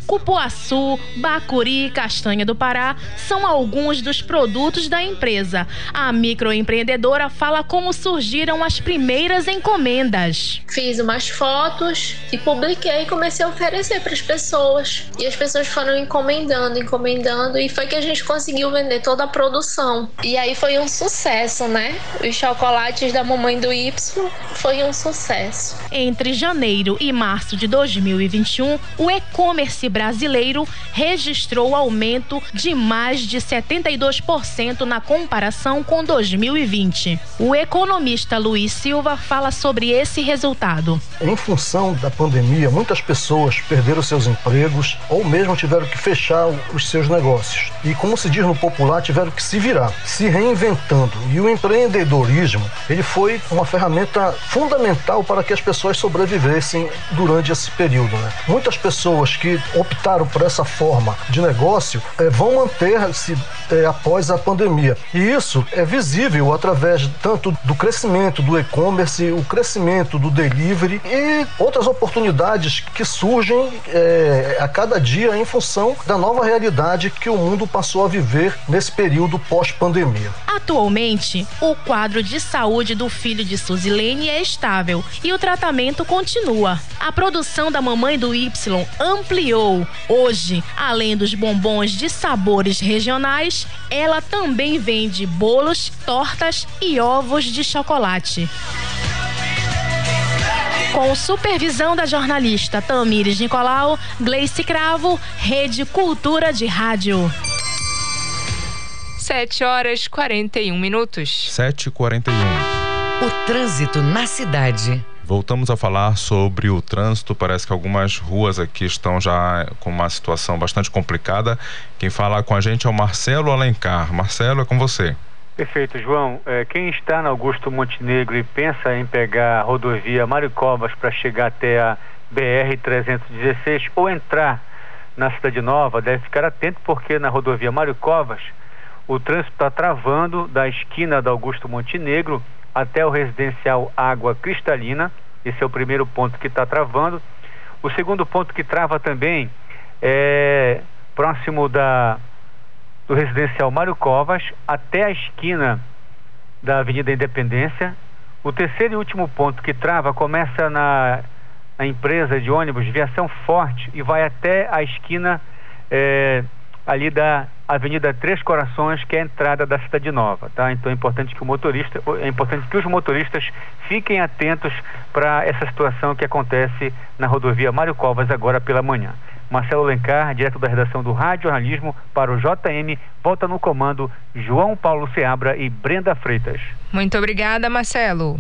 Cupuaçu, bacuri e castanha do Pará são alguns dos produtos da empresa. A microempreendedora fala como surgiram as primeiras encomendas. Fiz umas fotos e publiquei e comecei a oferecer para as pessoas. E as pessoas foram encomendando e foi que a gente conseguiu vender toda a produção. E aí foi um sucesso, né? Os chocolates da Mamãe do Y foi um sucesso. Entre janeiro e março de 2021, o e-commerce brasileiro registrou aumento de mais de 72% na comparação com 2020. O economista Luiz Silva fala sobre esse resultado. Em função da pandemia, muitas pessoas perderam seus empregos ou mesmo tiveram que fechar os seus negócios. E, como se diz no popular, tiveram que se virar, se reinventando. E o empreendedorismo, ele foi uma ferramenta fundamental para que as pessoas sobrevivessem durante esse período, né? Muitas pessoas que optaram por essa forma de negócio vão manter-se após a pandemia. E isso é visível através tanto do crescimento do e-commerce, o crescimento do delivery e outras oportunidades que surgem a cada dia em função da nova realidade que o mundo passou a viver nesse período pós-pandemia. Atualmente, o quadro de saúde do filho de Suzilene é estável e o tratamento continua. A produção da Mamãe do Y ampliou. Hoje, além dos bombons de sabores regionais, ela também vende bolos, tortas e ovos de chocolate. Com supervisão da jornalista Tamires Nicolau, Gleice Cravo, Rede Cultura de Rádio. 7h41. 7h41. O trânsito na cidade. Voltamos a falar sobre o trânsito. Parece que algumas ruas aqui estão já com uma situação bastante complicada. Quem fala com a gente é o Marcelo Alencar. Marcelo, é com você. Perfeito, João. Quem está na Augusto Montenegro e pensa em pegar a rodovia Mário Covas para chegar até a BR-316 ou entrar na Cidade Nova, deve ficar atento, porque na rodovia Mário Covas o trânsito está travando da esquina da Augusto Montenegro até o residencial Água Cristalina. Esse é o primeiro ponto que está travando. O segundo ponto que trava também é próximo do residencial Mário Covas até a esquina da Avenida Independência. O terceiro e último ponto que trava começa na empresa de ônibus Viação Forte e vai até a esquina ali da Avenida Três Corações, que é a entrada da Cidade Nova, tá? Então é importante que os motoristas fiquem atentos para essa situação que acontece na rodovia Mário Covas agora pela manhã. Marcelo Alencar, direto da redação do Rádio Jornalismo para o JM, volta no comando João Paulo Seabra e Brenda Freitas. Muito obrigada, Marcelo.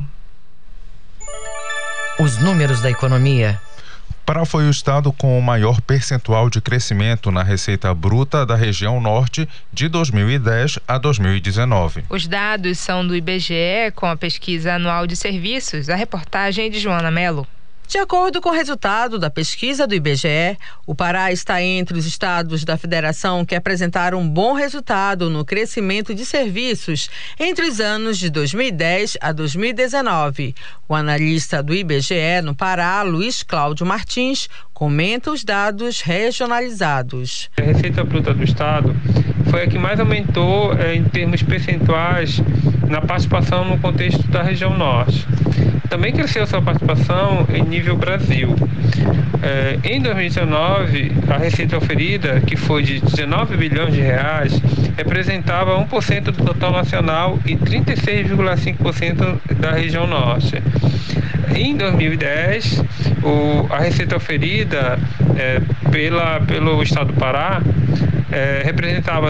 Os números da economia. Pará foi o estado com o maior percentual de crescimento na receita bruta da região norte de 2010 a 2019. Os dados são do IBGE com a pesquisa anual de serviços. A reportagem é de Joana Melo. De acordo com o resultado da pesquisa do IBGE, o Pará está entre os estados da federação que apresentaram um bom resultado no crescimento de serviços entre os anos de 2010 a 2019. O analista do IBGE no Pará, Luiz Cláudio Martins, comenta os dados regionalizados. A receita bruta do estado foi a que mais aumentou em termos percentuais na participação no contexto da região norte. Também cresceu sua participação em nível Brasil. Em 2019, a receita oferida, que foi de 19 bilhões de reais, representava 1% do total nacional e 36,5% da região norte. Em 2010, a receita oferida pelo estado do Pará representava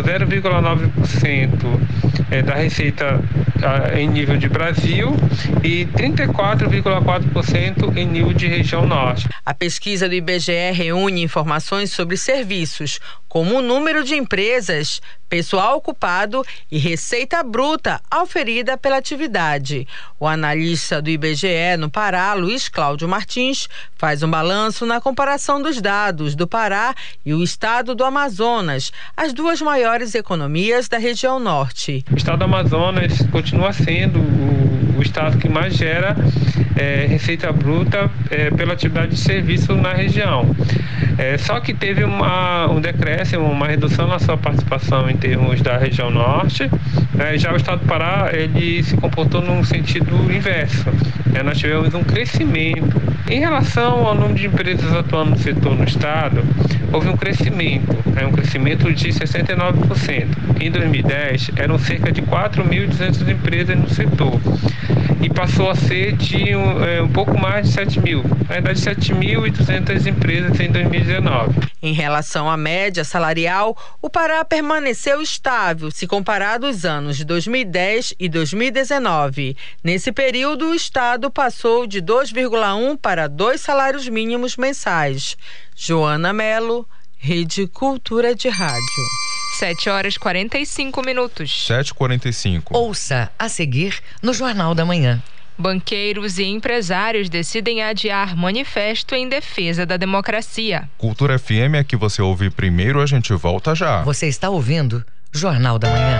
0,9% da receita em nível de Brasil e 34,4% em nível de região norte. A pesquisa do IBGE reúne informações sobre serviços, como o número de empresas, pessoal ocupado e receita bruta auferida pela atividade. O analista do IBGE no Pará, Luiz Cláudio Martins, faz um balanço na comparação dos dados do Pará e o estado do Amazonas, as duas maiores economias da região norte. O estado do Amazonas continua sendo o estado que mais gera receita bruta pela atividade de serviço na região. Só que teve um decréscimo, uma redução na sua participação em termos da região norte. Já o estado do Pará, ele se comportou num sentido inverso. Nós tivemos um crescimento. Em relação ao número de empresas atuando no setor no estado, houve um crescimento de 69%. Em 2010, eram cerca de 4.200 empresas no setor e passou a ser de um pouco mais de 7.000, na verdade 7.200 empresas em 2019. Em relação à média salarial, o Pará permaneceu estável se comparado aos anos de 2010 e 2019. Nesse período, o estado passou de 2,1 para 2 salários mínimos mensais. Joana Melo, Rede Cultura de Rádio. 7h45. 7h45. Ouça a seguir no Jornal da Manhã. Banqueiros e empresários decidem adiar manifesto em defesa da democracia. Cultura FM é que você ouve primeiro, a gente volta já. Você está ouvindo Jornal da Manhã.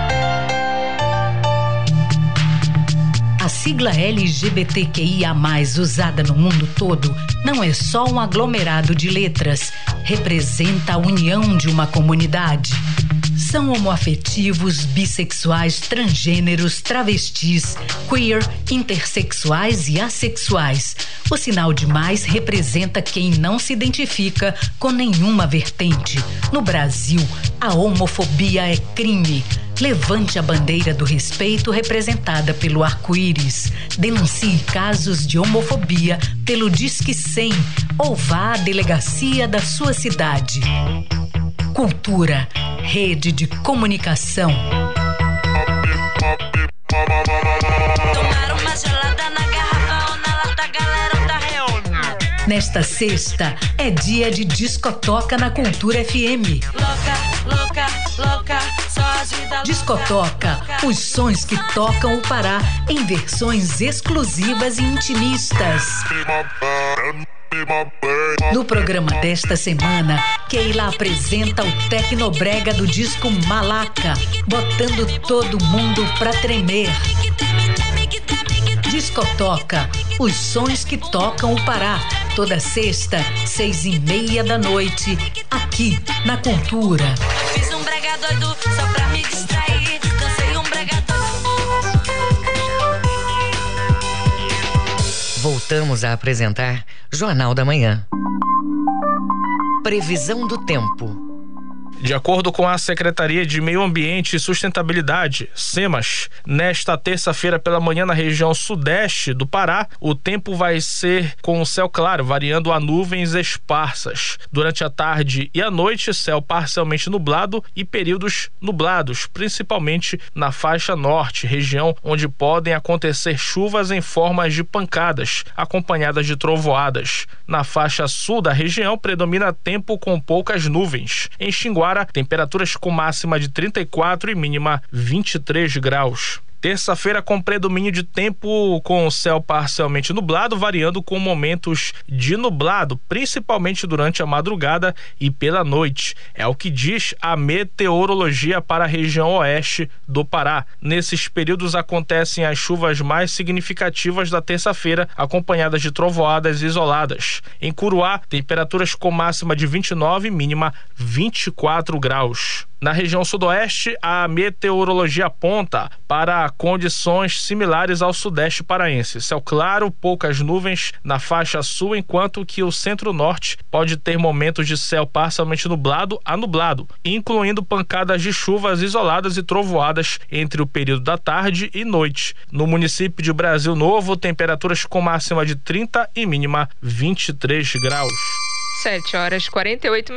A sigla LGBTQIA+, usada no mundo todo, não é só um aglomerado de letras. Representa a união de uma comunidade. São homoafetivos, bissexuais, transgêneros, travestis, queer, intersexuais e assexuais. O sinal de mais representa quem não se identifica com nenhuma vertente. No Brasil, a homofobia é crime. Levante a bandeira do respeito representada pelo arco-íris. Denuncie casos de homofobia pelo Disque 100 ou vá à delegacia da sua cidade. Cultura, rede de comunicação. Tomar uma gelada na garrafa ou na lata, galera tá reúna. Nesta sexta é dia de discotoca na Cultura FM. Louca, só as vidas. Discotoca, os sons que tocam o Pará em versões exclusivas e intimistas. No programa desta semana, Keila apresenta o Tecnobrega do disco Malaca, botando todo mundo pra tremer. Discotoca, os sons que tocam o Pará, toda sexta, 6:30 da noite, aqui na Cultura. Fiz um brega doido só pra me distrair, dancei um brega doido. Voltamos a apresentar Jornal da Manhã. Previsão do tempo. De acordo com a Secretaria de Meio Ambiente e Sustentabilidade, SEMAS, nesta terça-feira pela manhã na região sudeste do Pará, o tempo vai ser com o céu claro, variando a nuvens esparsas. Durante a tarde e a noite, céu parcialmente nublado e períodos nublados, principalmente na faixa norte, região onde podem acontecer chuvas em formas de pancadas, acompanhadas de trovoadas. Na faixa sul da região, predomina tempo com poucas nuvens. Em Xinguara, temperaturas com máxima de 34 e mínima 23 graus. Terça-feira com predomínio de tempo com o céu parcialmente nublado, variando com momentos de nublado, principalmente durante a madrugada e pela noite. É o que diz a meteorologia para a região oeste do Pará. Nesses períodos acontecem as chuvas mais significativas da terça-feira, acompanhadas de trovoadas isoladas. Em Curuá, temperaturas com máxima de 29 e mínima 24 graus. Na região sudoeste, a meteorologia aponta para condições similares ao sudeste paraense. Céu claro, poucas nuvens na faixa sul, enquanto que o centro-norte pode ter momentos de céu parcialmente nublado a nublado, incluindo pancadas de chuvas isoladas e trovoadas entre o período da tarde e noite. No município de Brasil Novo, temperaturas com máxima de 30 e mínima 23 graus. 7h48.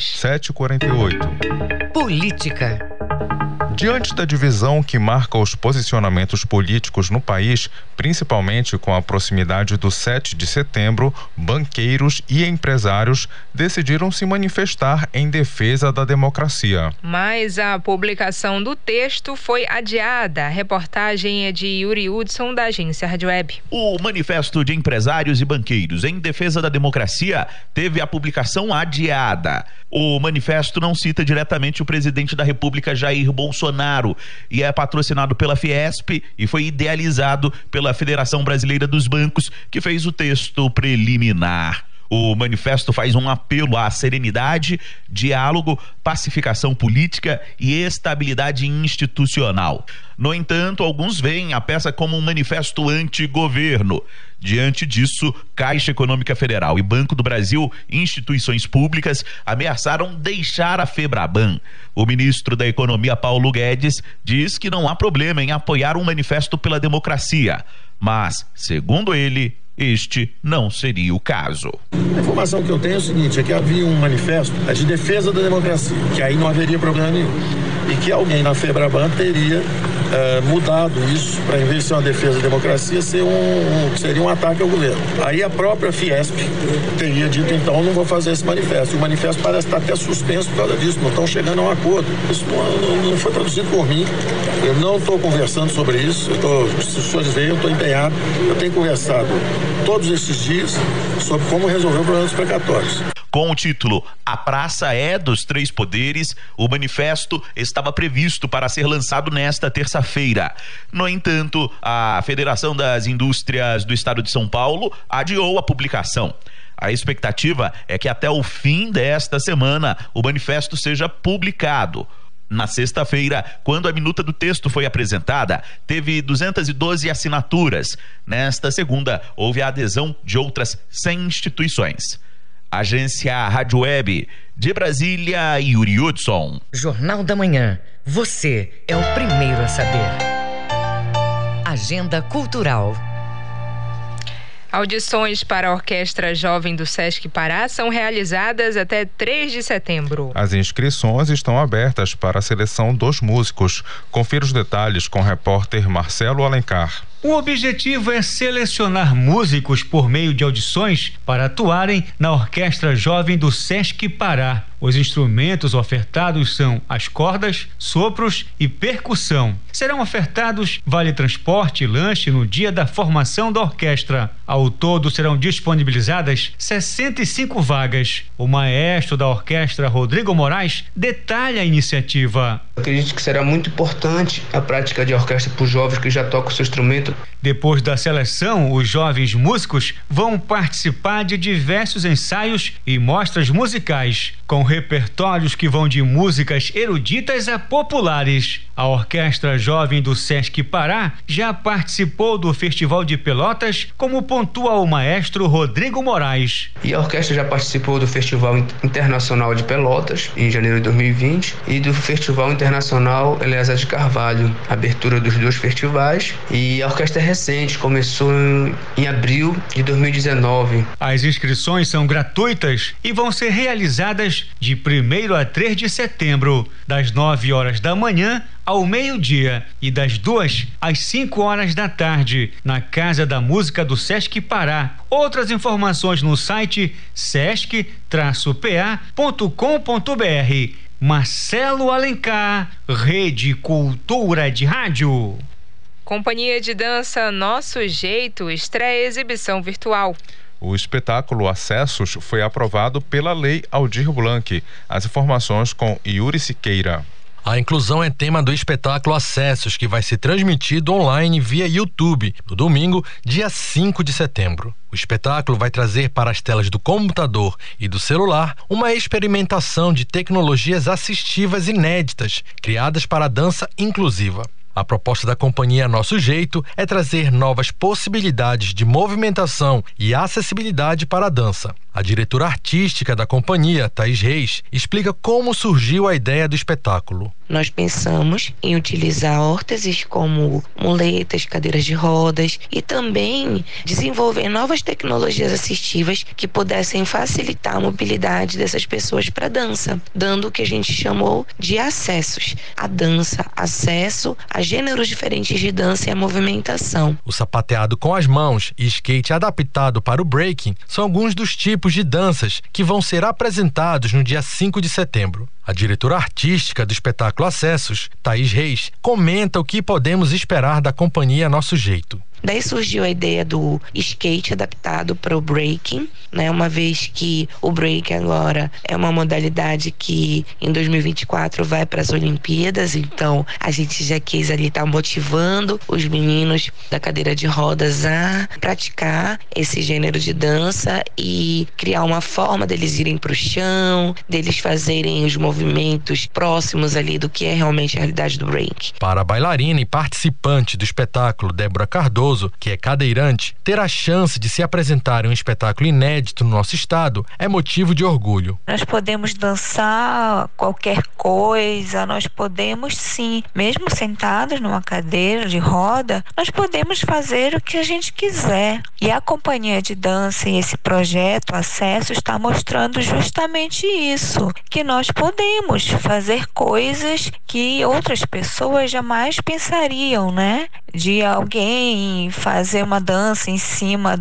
7h48. Política. Diante da divisão que marca os posicionamentos políticos no país, principalmente com a proximidade do 7 de setembro, banqueiros e empresários decidiram se manifestar em defesa da democracia. Mas a publicação do texto foi adiada. A reportagem é de Yuri Hudson, da agência Rádio Web. O Manifesto de Empresários e Banqueiros em Defesa da Democracia teve a publicação adiada. O manifesto não cita diretamente o presidente da República, Jair Bolsonaro, Bolsonaro e é patrocinado pela Fiesp e foi idealizado pela Federação Brasileira dos Bancos, que fez o texto preliminar. O manifesto faz um apelo à serenidade, diálogo, pacificação política e estabilidade institucional. No entanto, alguns veem a peça como um manifesto anti-governo. Diante disso, Caixa Econômica Federal e Banco do Brasil, instituições públicas, ameaçaram deixar a Febraban. O ministro da Economia, Paulo Guedes, diz que não há problema em apoiar um manifesto pela democracia. Mas, segundo ele, este não seria o caso. A informação que eu tenho é o seguinte, é que havia um manifesto de defesa da democracia, que aí não haveria problema nenhum. E que alguém na Febraban teria mudado isso para, em vez de ser uma defesa da democracia, seria um ataque ao governo. Aí a própria Fiesp teria dito, então, não vou fazer esse manifesto. E o manifesto parece estar até suspenso por causa disso, não estão chegando a um acordo. Isso não foi produzido por mim, eu não estou conversando sobre isso, se os senhores veem, eu estou empenhado, eu tenho conversado todos esses dias sobre como resolver o problema dos precatórios. Com o título A Praça é dos Três Poderes, o manifesto estava previsto para ser lançado nesta terça-feira. No entanto, a Federação das Indústrias do Estado de São Paulo adiou a publicação. A expectativa é que até o fim desta semana o manifesto seja publicado. Na sexta-feira, quando a minuta do texto foi apresentada, teve 212 assinaturas. Nesta segunda, houve a adesão de outras 100 instituições. Agência Rádio Web de Brasília, Yuri Hudson. Jornal da Manhã. Você é o primeiro a saber. Agenda Cultural. Audições para a Orquestra Jovem do Sesc Pará são realizadas até 3 de setembro. As inscrições estão abertas para a seleção dos músicos. Confira os detalhes com o repórter Marcelo Alencar. O objetivo é selecionar músicos por meio de audições para atuarem na Orquestra Jovem do Sesc Pará. Os instrumentos ofertados são as cordas, sopros e percussão. Serão ofertados vale transporte e lanche no dia da formação da orquestra. Ao todo serão disponibilizadas 65 vagas. O maestro da orquestra, Rodrigo Moraes, detalha a iniciativa. Acredito que será muito importante a prática de orquestra para os jovens que já tocam o seu instrumento. Depois da seleção, os jovens músicos vão participar de diversos ensaios e mostras musicais, com repertórios que vão de músicas eruditas a populares. A Orquestra Jovem do Sesc Pará já participou do Festival de Pelotas, como pontua o maestro Rodrigo Moraes. E a orquestra já participou do Festival Internacional de Pelotas, em janeiro de 2020, e do Festival Internacional Eleazar de Carvalho, abertura dos dois festivais. E a orquestra é recente, começou em abril de 2019. As inscrições são gratuitas e vão ser realizadas de 1º a 3 de setembro, das 9 horas da manhã ao meio-dia e das 2 às 5 horas da tarde, na Casa da Música do Sesc Pará. Outras informações no site sesc-pa.com.br. Marcelo Alencar, Rede Cultura de Rádio. Companhia de Dança Nosso Jeito estreia exibição virtual. O espetáculo Acessos foi aprovado pela Lei Aldir Blanc. As informações com Yuri Siqueira. A inclusão é tema do espetáculo Acessos, que vai ser transmitido online via YouTube no domingo, dia 5 de setembro. O espetáculo vai trazer para as telas do computador e do celular uma experimentação de tecnologias assistivas inéditas, criadas para a dança inclusiva. A proposta da companhia Nosso Jeito é trazer novas possibilidades de movimentação e acessibilidade para a dança. A diretora artística da companhia, Thaís Reis, explica como surgiu a ideia do espetáculo. Nós pensamos em utilizar órteses como muletas, cadeiras de rodas e também desenvolver novas tecnologias assistivas que pudessem facilitar a mobilidade dessas pessoas para a dança, dando o que a gente chamou de acessos. A dança, acesso a gêneros diferentes de dança e a movimentação. O sapateado com as mãos e skate adaptado para o breaking são alguns dos tipos de danças que vão ser apresentados no dia 5 de setembro. A diretora artística do espetáculo Acessos, Thaís Reis, comenta o que podemos esperar da companhia Nosso Jeito. Daí surgiu a ideia do skate adaptado para o breaking, né? Uma vez que o break agora é uma modalidade que em 2024 vai para as Olimpíadas, então a gente já quis ali estar motivando os meninos da cadeira de rodas a praticar esse gênero de dança e criar uma forma deles irem para o chão, deles fazerem os movimentos próximos ali do que é realmente a realidade do break. Para a bailarina e participante do espetáculo Débora Cardoso, que é cadeirante, ter a chance de se apresentar em um espetáculo inédito no nosso estado é motivo de orgulho. Nós podemos dançar qualquer coisa, nós podemos sim, mesmo sentados numa cadeira de roda, nós podemos fazer o que a gente quiser. E a companhia de dança e esse projeto Acesso está mostrando justamente isso, que nós podemos fazer coisas que outras pessoas jamais pensariam, né? De alguém fazer uma dança em cima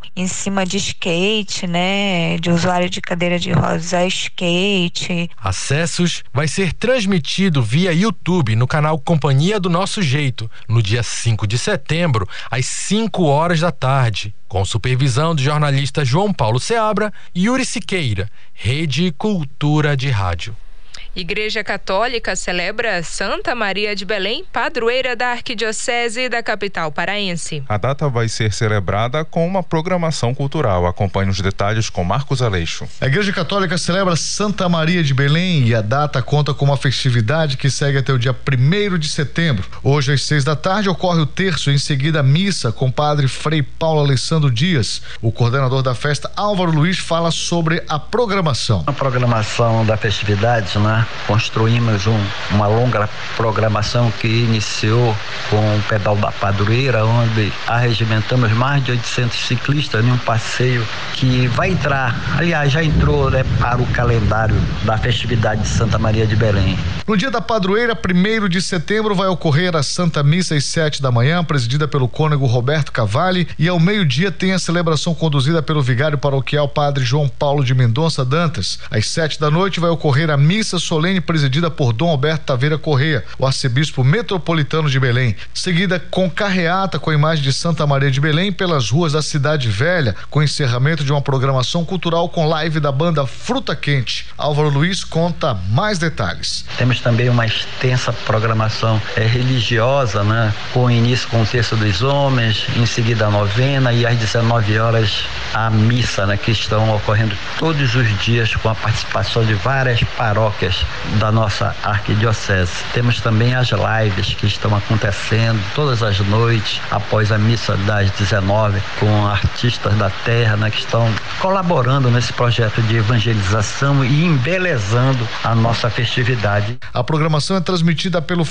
de skate, né? De usuário de cadeira de rodas a skate. Acessos vai ser transmitido via YouTube no canal Companhia do Nosso Jeito, no dia 5 de setembro, às 5 horas da tarde, com supervisão do jornalista João Paulo Seabra e Yuri Siqueira, Rede Cultura de Rádio. Igreja Católica celebra Santa Maria de Belém, padroeira da Arquidiocese da capital paraense. A data vai ser celebrada com uma programação cultural. Acompanhe os detalhes com Marcos Aleixo. A Igreja Católica celebra Santa Maria de Belém e a data conta com uma festividade que segue até o dia 1º de setembro. Hoje, às 6 da tarde, ocorre o terço, em seguida a missa com o padre Frei Paulo Alessandro Dias. O coordenador da festa, Álvaro Luiz, fala sobre a programação. A programação da festividade, né? Construímos uma longa programação que iniciou com o Pedal da Padroeira, onde arregimentamos mais de 800 ciclistas em um passeio que vai entrar, aliás, já entrou, né, para o calendário da festividade de Santa Maria de Belém. No dia da Padroeira, 1º de setembro, vai ocorrer a Santa Missa às 7 da manhã, presidida pelo cônego Roberto Cavalli, e ao meio-dia tem a celebração conduzida pelo vigário paroquial Padre João Paulo de Mendonça Dantas. Às 7 da noite vai ocorrer a missa solene presidida por Dom Alberto Taveira Correia, o arcebispo metropolitano de Belém, seguida com carreata com a imagem de Santa Maria de Belém pelas ruas da Cidade Velha, com encerramento de uma programação cultural com live da banda Fruta Quente. Álvaro Luiz conta mais detalhes. Temos também uma extensa programação religiosa, né? Com início com o Terço dos Homens, em seguida a novena e às 19 horas a missa, né? Que estão ocorrendo todos os dias com a participação de várias paróquias da nossa arquidiocese. Temos também as lives que estão acontecendo todas as noites após a missa das 19 com artistas da terra, né, que estão colaborando nesse projeto de evangelização e embelezando a nossa festividade. A programação é transmitida pelo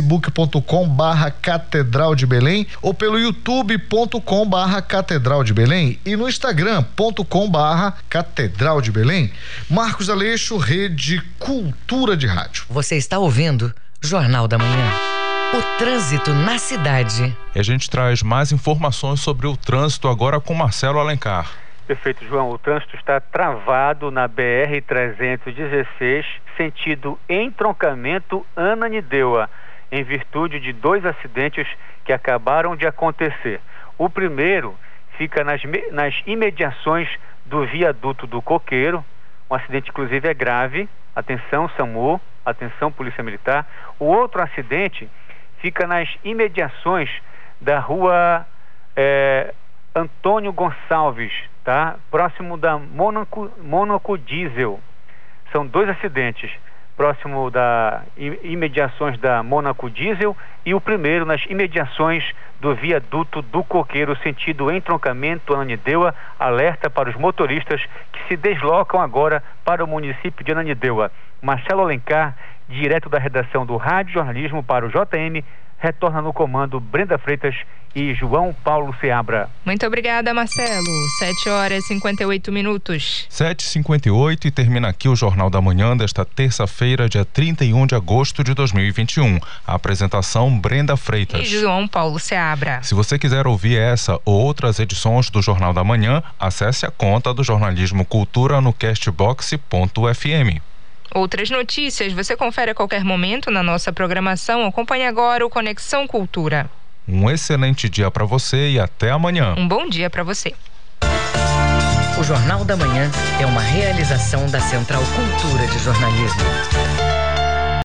facebook.com/Catedral de Belém ou pelo youtube.com/Catedral de Belém e no instagram.com/Catedral de Belém. Marcos Aleixo, Rede Cultura de Rádio. Você está ouvindo Jornal da Manhã. O trânsito na cidade. E a gente traz mais informações sobre o trânsito agora com Marcelo Alencar. Perfeito, João. O trânsito está travado na BR-316, sentido entroncamento Ananindeua, em virtude de 2 acidentes que acabaram de acontecer. O primeiro fica nas imediações do viaduto do Coqueiro. Um acidente, inclusive, é grave. Atenção, SAMU, atenção, Polícia Militar. O outro acidente fica nas imediações da rua Antônio Gonçalves, tá? Próximo da Mônaco Diesel. São 2 acidentes, próximo da imediações da Mônaco Diesel e o primeiro nas imediações do viaduto do Coqueiro, sentido entroncamento Ananindeua. Alerta para os motoristas que se deslocam agora para o município de Ananindeua. Marcelo Alencar, direto da redação do Rádio Jornalismo para o JM, retorna no comando Brenda Freitas e João Paulo Seabra. Muito obrigada, Marcelo. 7h58. 7h58 e termina aqui o Jornal da Manhã desta terça-feira, dia 31 de agosto de 2021. A apresentação Brenda Freitas e João Paulo Seabra. Se você quiser ouvir essa ou outras edições do Jornal da Manhã, acesse a conta do Jornalismo Cultura no castbox.fm. Outras notícias você confere a qualquer momento na nossa programação. Acompanhe agora o Conexão Cultura. Um excelente dia para você e até amanhã. Um bom dia para você. O Jornal da Manhã é uma realização da Central Cultura de Jornalismo.